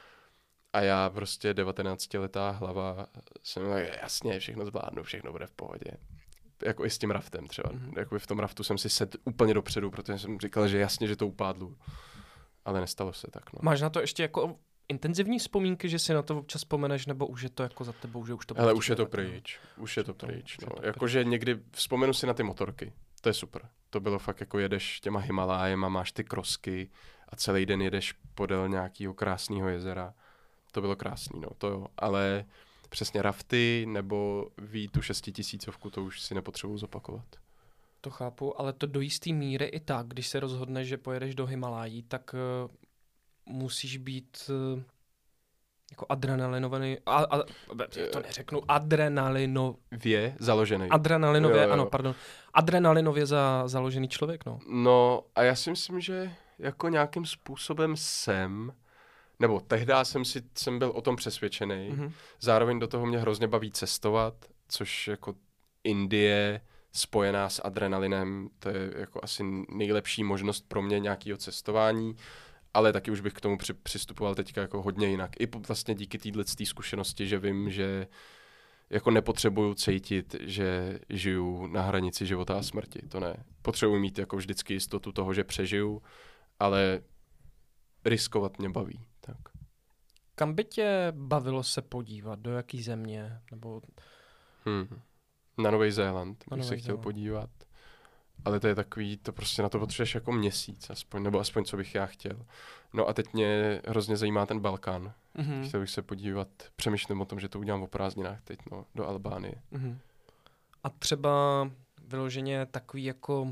A já prostě devatenáctiletá hlava jsem tak, jasně, všechno zvládnu, všechno bude v pohodě. Jako i s tím raftem třeba. Mm-hmm. Jako v tom raftu jsem si sedl úplně dopředu, protože jsem říkal, že jasně, že to upádlu. Ale nestalo se tak, no. Máš na to ještě jako intenzivní vzpomínky, že si na to občas vzpomeneš, nebo už je to jako za tebou, že už to... Ale už je to pryč, už je to pryč, no. Jakože někdy vzpomenu si na ty motorky, to je super. To bylo fakt jako jedeš těma Himalájem a máš ty krosky a celý den jedeš podél nějakého krásného jezera. To bylo krásný, no, to jo, ale přesně rafty nebo ví tu šestitisícovku, to už si nepotřebuji zopakovat. To chápu, ale to do jistý míry i tak, když se rozhodneš, že pojedeš do Himalájí, tak uh, musíš být uh, jako adrenalinovaný, a, a, to neřeknu, adrenalino... Vě založený. Adrenalinově, jo, jo. ano, pardon. Adrenalinově za, založený člověk, no. No a já si myslím, že jako nějakým způsobem jsem... Nebo tehdy jsem, si, jsem byl o tom přesvědčený. Mm-hmm. Zároveň do toho mě hrozně baví cestovat, což jako Indie spojená s adrenalinem, to je jako asi nejlepší možnost pro mě nějakého cestování, ale taky už bych k tomu při, přistupoval teďka jako hodně jinak. I vlastně díky této zkušenosti, že vím, že jako nepotřebuju cítit, že žiju na hranici života a smrti. To ne. Potřebuji mít jako vždycky jistotu toho, že přežiju, ale riskovat mě baví. Tak. Kam by tě bavilo se podívat? Do jaký země? Nebo... Hmm. Na Nový Zéland bych Nový se chtěl Zéland. podívat. Ale to je takový, to prostě na to potřebuješ jako měsíc aspoň, nebo aspoň co bych já chtěl. No a teď mě hrozně zajímá ten Balkán. Mm-hmm. Chtěl bych se podívat, přemýšlím o tom, že to udělám o prázdninách teď, no, do Albánie. Mm-hmm. A třeba vyloženě takový jako...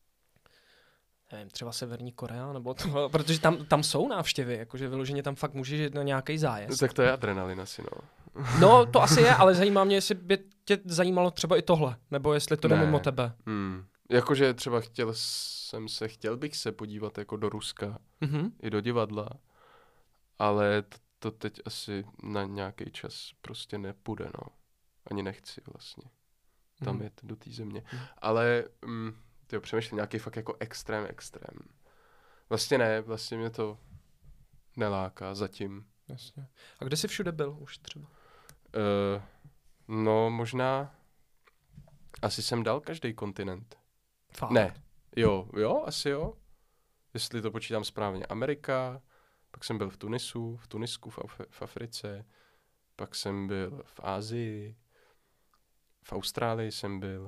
nevím, třeba Severní Korea, nebo to, protože tam, tam jsou návštěvy, jakože vyloženě tam fakt můžeš jít na nějaký zájezd. Tak to je adrenalin asi, no. No, to asi je, ale zajímá mě, jestli by tě zajímalo třeba i tohle, nebo jestli to jde Ne. mimo tebe. Hmm. Jakože třeba chtěl jsem se, chtěl bych se podívat jako do Ruska, Mhm. i do divadla, ale to, to teď asi na nějaký čas prostě nepůjde, no. Ani nechci vlastně tam Mhm. jet do té země. Mhm. Ale... Mm, tyjo, přemýšlím nějaký fakt jako extrém, extrém. Vlastně ne, vlastně mě to neláká zatím. Jasně. A kde jsi všude byl už třeba? Uh, no, možná asi jsem dal každý kontinent. Fakt? Ne, jo, jo, asi jo. Jestli to počítám správně. Amerika, pak jsem byl v Tunisu, v Tunisku, v, Af- v Africe, pak jsem byl v Asii, v Austrálii jsem byl,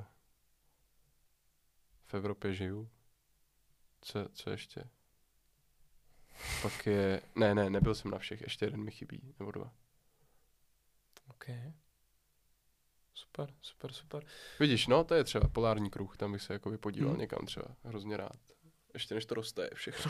v Evropě žiju. Co, co ještě? Pak je... Ne, ne, nebyl jsem na všech, ještě jeden mi chybí, nebo dva. OK. Super, super, super. Vidíš, no, to je třeba polární kruh, tam bych se jako podíval Hmm. někam třeba, hrozně rád. Ještě než to roste všechno.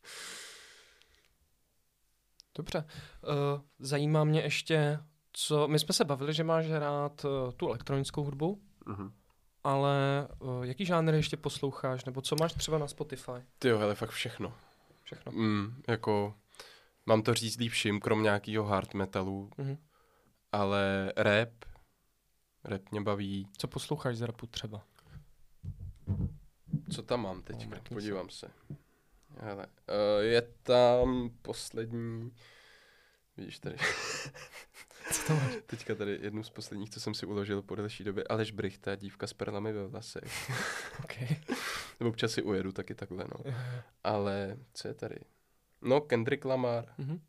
Dobře. Uh, zajímá mě ještě, co... My jsme se bavili, že máš rád uh, tu elektronickou hudbu, Mhm. ale uh, jaký žánry ještě posloucháš, nebo co máš třeba na Spotify? Tyjo, hele, fakt všechno. Všechno. Mm, jako, mám to říct líp všim, krom nějakého hard metalu, Mhm. ale rap, rap mě baví. Co posloucháš z rapu třeba? Co tam mám teď? No, mrkni Podívám se. Hele, uh, je tam poslední, vidíš tady, Co tam máš? teďka tady jednu z posledních, co jsem si uložil po delší době, Aleš Brichta, dívka s perlami ve vlasech. Okay. Nebo občas si ujedu taky takhle, no. Ale co je tady? No, Kendrick Lamar, Mhm. uh,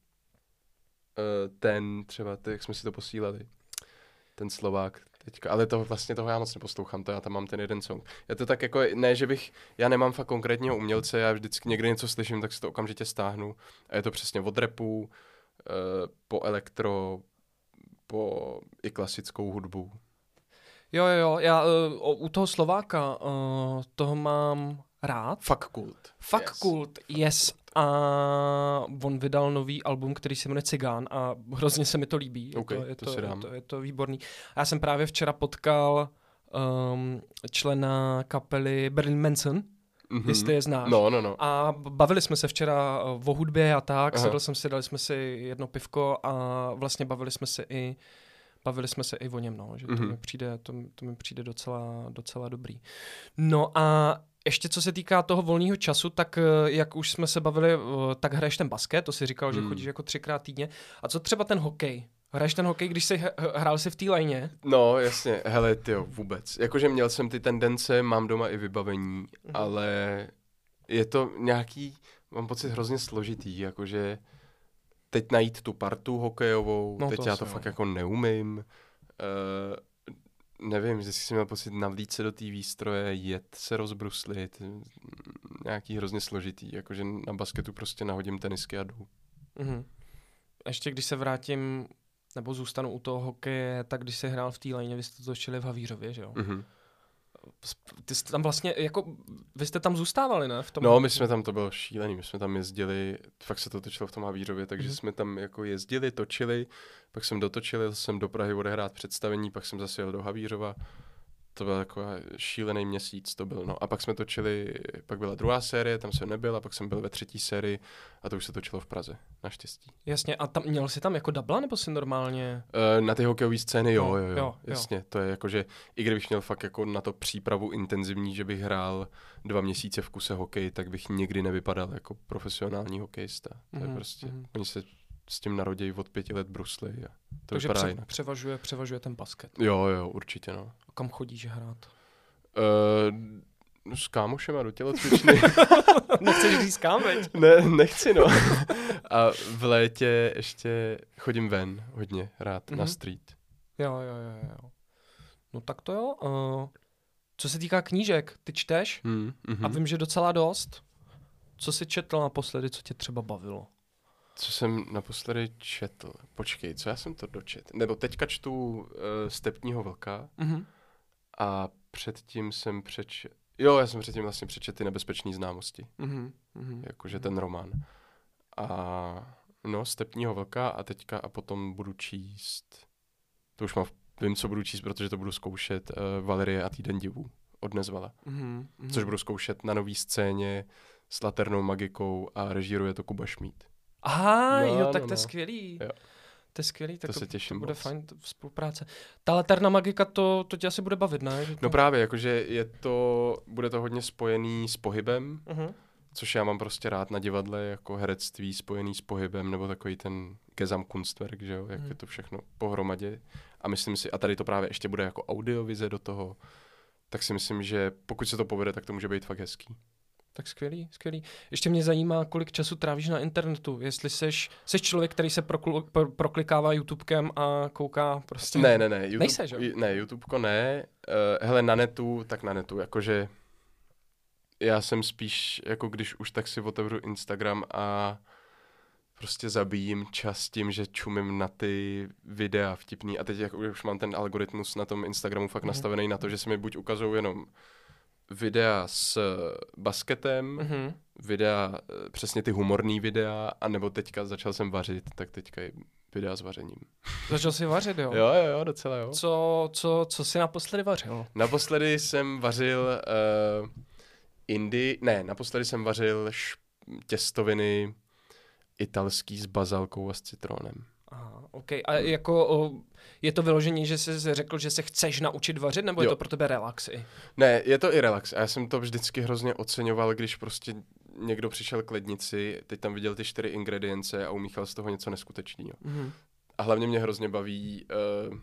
ten třeba, ty, jak jsme si to posílali, ten Slovák teďka, ale toho vlastně toho já moc neposlouchám, to já tam mám ten jeden song. Já to tak jako, ne, že bych, já nemám fakt konkrétního umělce, já vždycky někdy něco slyším, tak si to okamžitě stáhnu a je to přesně od rapu, uh, po elektro, po i klasickou hudbu. Jo, jo, jo, já uh, u toho Slováka uh, toho mám rád. Fuck kult. Fuck Yes. Kult, yes. A on vydal nový album, který se jmenuje Cigán a hrozně se mi to líbí. Je OK, to, je to to, si je dám. to, je to výborný. A já jsem právě včera potkal um, člena kapely Berlin Manson mm-hmm. jestli je znáš. No, no, no. A bavili jsme se včera o hudbě a tak, sedl jsem si, dali jsme si jedno pivko a vlastně bavili jsme se i bavili jsme se i o něm, no, že mm-hmm. to mi přijde, to, to mi přijde docela, docela dobrý. No a ještě co se týká toho volného času, tak jak už jsme se bavili, tak hraješ ten basket, to si říkal, mm. že chodíš jako třikrát týdně. A co třeba ten hokej? Hraješ ten hokej, když jsi hrál si v té lajně? No, jasně. Hele, tyjo, vůbec. Jakože měl jsem ty tendence, mám doma i vybavení, mm. ale je to nějaký, mám pocit, hrozně složitý, jakože teď najít tu partu hokejovou, no, teď to já to fakt jako neumím. Uh, nevím, že jsem měl pocit navlít se do té výstroje, jet se rozbruslit, nějaký hrozně složitý, jakože na basketu prostě nahodím tenisky a jdu. Mm-hmm. Ještě když se vrátím, nebo zůstanu u toho hokeje, tak když jsi hrál v té lajně, vy jste to točili v Havířově, že jo? Mm-hmm. Ty jste tam vlastně, jako, vy jste tam zůstávali, ne? V tom no, my jsme tam, to bylo šílený, my jsme tam jezdili, fakt se to točilo v tom Havířově, takže mm-hmm. jsme tam jako jezdili, točili, pak jsem dotočil, jel jsem do Prahy odehrát představení, pak jsem zase jel do Havířova. To byl jako šílený měsíc, to byl, no. A pak jsme točili, pak byla druhá série, tam jsem nebyl, a pak jsem byl ve třetí sérii a to už se točilo v Praze, naštěstí. Jasně, a tam měl jsi tam jako dubla, nebo si normálně? Uh, na ty hokejové scény, jo, jo, jo, jo, jasně. Jo. To je jako, že i kdybych měl fakt jako na to přípravu intenzivní, že bych hrál dva měsíce v kuse hokej, tak bych nikdy nevypadal jako profesionální hokejista. To mm-hmm. je prostě, mm-hmm. oni se s tím narodějí od pěti let brusly a to takže vypadá pře- jinak. převažuje, převažuje ten basket. Jo, jo, určitě, no. A kam chodíš hrát? Uh, s kámošema do tělocvičny. Nechceš říct kam, veď? Ne, nechci, no. A v létě ještě chodím ven hodně rád mm-hmm. na street. Jo, jo, jo, jo. No tak to jo. Uh, co se týká knížek, ty čteš? Mm, mm-hmm. A vím, že docela dost. Co jsi četl naposledy, co tě třeba bavilo? Co jsem naposledy četl? Počkej, co já jsem to dočet? Nebo teďka čtu uh, Stepního vlka mm-hmm. a předtím jsem přečet... Jo, já jsem předtím vlastně přečet ty Nebezpečné známosti. Mm-hmm. Mm-hmm. Jakože ten román. A no, Stepního vlka a teďka a potom budu číst... To už mám, vím, co budu číst, protože to budu zkoušet uh, Valerie a týden divů od Nezvala. Mm-hmm. Což budu zkoušet na nový scéně s Laternou magikou a režíruje to Kuba Šmíd. Aha, no, jo, tak no, to je no. skvělý. Jo. To je skvělý, tak to, to, se těším to bude moc. fajn spolupráce. Ta Laterna magika, to, to tě asi bude bavit, ne? Že to... No právě, jakože je to, bude to hodně spojený s pohybem, uh-huh. což já mám prostě rád na divadle, jako herectví spojený s pohybem, nebo takový ten Gesamtkunstwerk, že jo, jak uh-huh. je to všechno pohromadě. A myslím si, a tady to právě ještě bude jako audiovize do toho, tak si myslím, že pokud se to povede, tak to může být fakt hezký. Tak skvělý, skvělý. Ještě mě zajímá, kolik času trávíš na internetu. Jestli seš, seš člověk, který se prokl, pro, proklikává YouTubekem a kouká prostě... Ne, ne, ne. YouTube, Nejseš, jo? Ne, YouTubeko ne. Uh, hele, na netu, tak na netu. Jakože já jsem spíš, jako když už tak si otevřu Instagram a prostě zabíjím čas tím, že čumím na ty videa vtipný. A teď jako už mám ten algoritmus na tom Instagramu fakt mm. nastavený na to, že se mi buď ukazují jenom videa s basketem, mm-hmm. videa, přesně ty humorný videa, anebo teďka začal jsem vařit, tak teďka je videa s vařením. Začal jsi vařit, jo? Jo, jo, jo, docela jo. Co, co, co jsi naposledy vařil? Naposledy jsem vařil uh, indy, ne, naposledy jsem vařil š- těstoviny italský s bazalkou a s citronem. Aha, OK. A jako o, je to vyložení, že jsi řekl, že se chceš naučit vařit, nebo jo. je to pro tebe relax i? Ne, je to i relax. A já jsem to vždycky hrozně oceňoval, když prostě někdo přišel k lednici, teď tam viděl ty čtyři ingredience a umíchal z toho něco neskutečného. Mm-hmm. A hlavně mě hrozně baví, uh,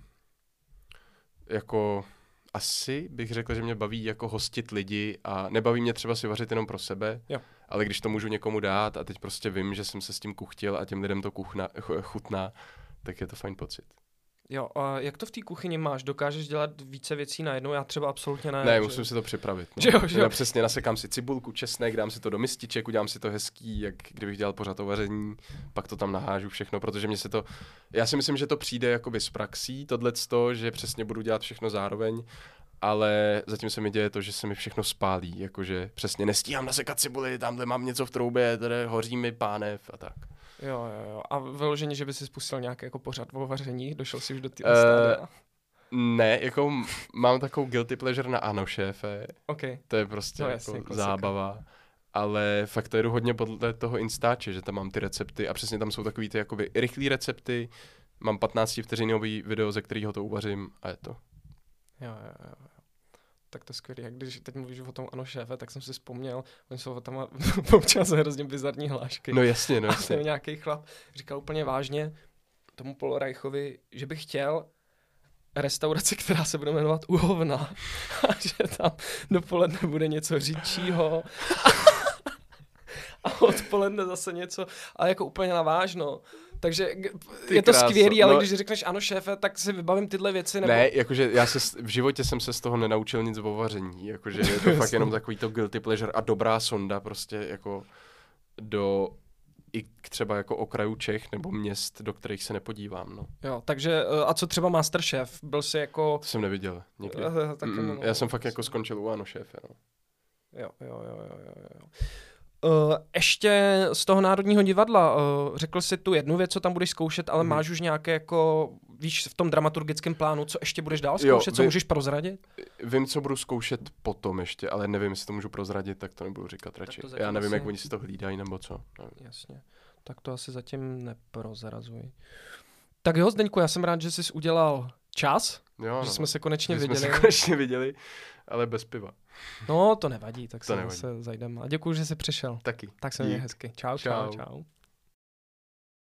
jako asi bych řekl, že mě baví jako hostit lidi a nebaví mě třeba si vařit jenom pro sebe, jo. ale když to můžu někomu dát a teď prostě vím, že jsem se s tím kuchtil a těm lidem to kuchna, chutná, tak je to fajn pocit. Jo, a jak to v té kuchyni máš? Dokážeš dělat více věcí najednou? Já třeba absolutně ne. Ne, že... musím si to připravit. No. Že jo, že jo. Já přesně nasekám si cibulku, česnek, dám si to do mističek, udělám si to hezký, jak kdybych dělal pořád o vaření, pak to tam nahážu všechno, protože mě se to... Já si myslím, že to přijde jakoby z praxí, tohleto, že přesně budu dělat všechno zároveň, ale zatím se mi děje to, že se mi všechno spálí, jakože přesně nestíhám nasekat cibuli, tamhle mám něco v troubě, tady hoří mi pánev a tak. Jo, jo, jo. A vyloženě, že by si spustil nějaký jako pořad o vaření, došel si už do té uh, stádia? Ne, jako m- mám takovou guilty pleasure na Ano šéfe. Okay. To je prostě no, jako jasně, zábava. Ale fakt to jedu hodně podle toho Instače, že tam mám ty recepty a přesně tam jsou takový ty jakoby rychlý recepty. Mám patnáctivteřinový video, ze kterého to uvařím a je to. Jo, jo, jo. Tak to je skvělé. Jak když teď mluvíš o tom Ano šéfe, tak jsem si vzpomněl, oni jsou tam občas hrozně bizarní hlášky. No jasně, no jasně. A nějaký chlap říkal úplně vážně tomu Polorajchovi, že by chtěl restauraci, která se bude jmenovat Uhovna a že tam dopoledne bude něco říčího a odpoledne zase něco, ale jako úplně navážno. Takže Ty je to kráso. skvělý, ale no, když řekneš Ano šéfe, tak si vybavím tyhle věci. Nebo... Ne, jakože já se v životě jsem se z toho nenaučil nic o vaření, jakože je to fakt jenom takový to guilty pleasure a dobrá sonda prostě jako do i třeba jako okrajů Čech nebo měst, do kterých se nepodívám, no. Jo, takže a co třeba Masterchef? Byl jsi jako... To jsem neviděl nikdy. Uh, tak, mm, no, já jsem fakt jako skončil u Ano šéfe, no. Jo, jo, jo, jo, jo, jo. Uh, ještě z toho Národního divadla, uh, řekl jsi tu jednu věc, co tam budeš zkoušet, ale mm. máš už nějaké jako, víš, v tom dramaturgickém plánu, co ještě budeš dál zkoušet, jo, co vy, můžeš prozradit? Vím, co budu zkoušet potom ještě, ale nevím, jestli to můžu prozradit, tak to nebudu říkat radši. Já nevím, asi... jak oni si to hlídají nebo co. Nevím. Jasně, tak to asi zatím neprozrazuj. Tak jo, Zdeňku, já jsem rád, že jsi udělal čas, jo, že no. jsme se konečně že viděli. Jsme se konečně viděli, ale bez piva. No, to nevadí, tak to se nevadí. zase zajdeme. A děkuji, že jsi přišel. Taky. Tak se měj hezky. Čau, čau, čau. čau.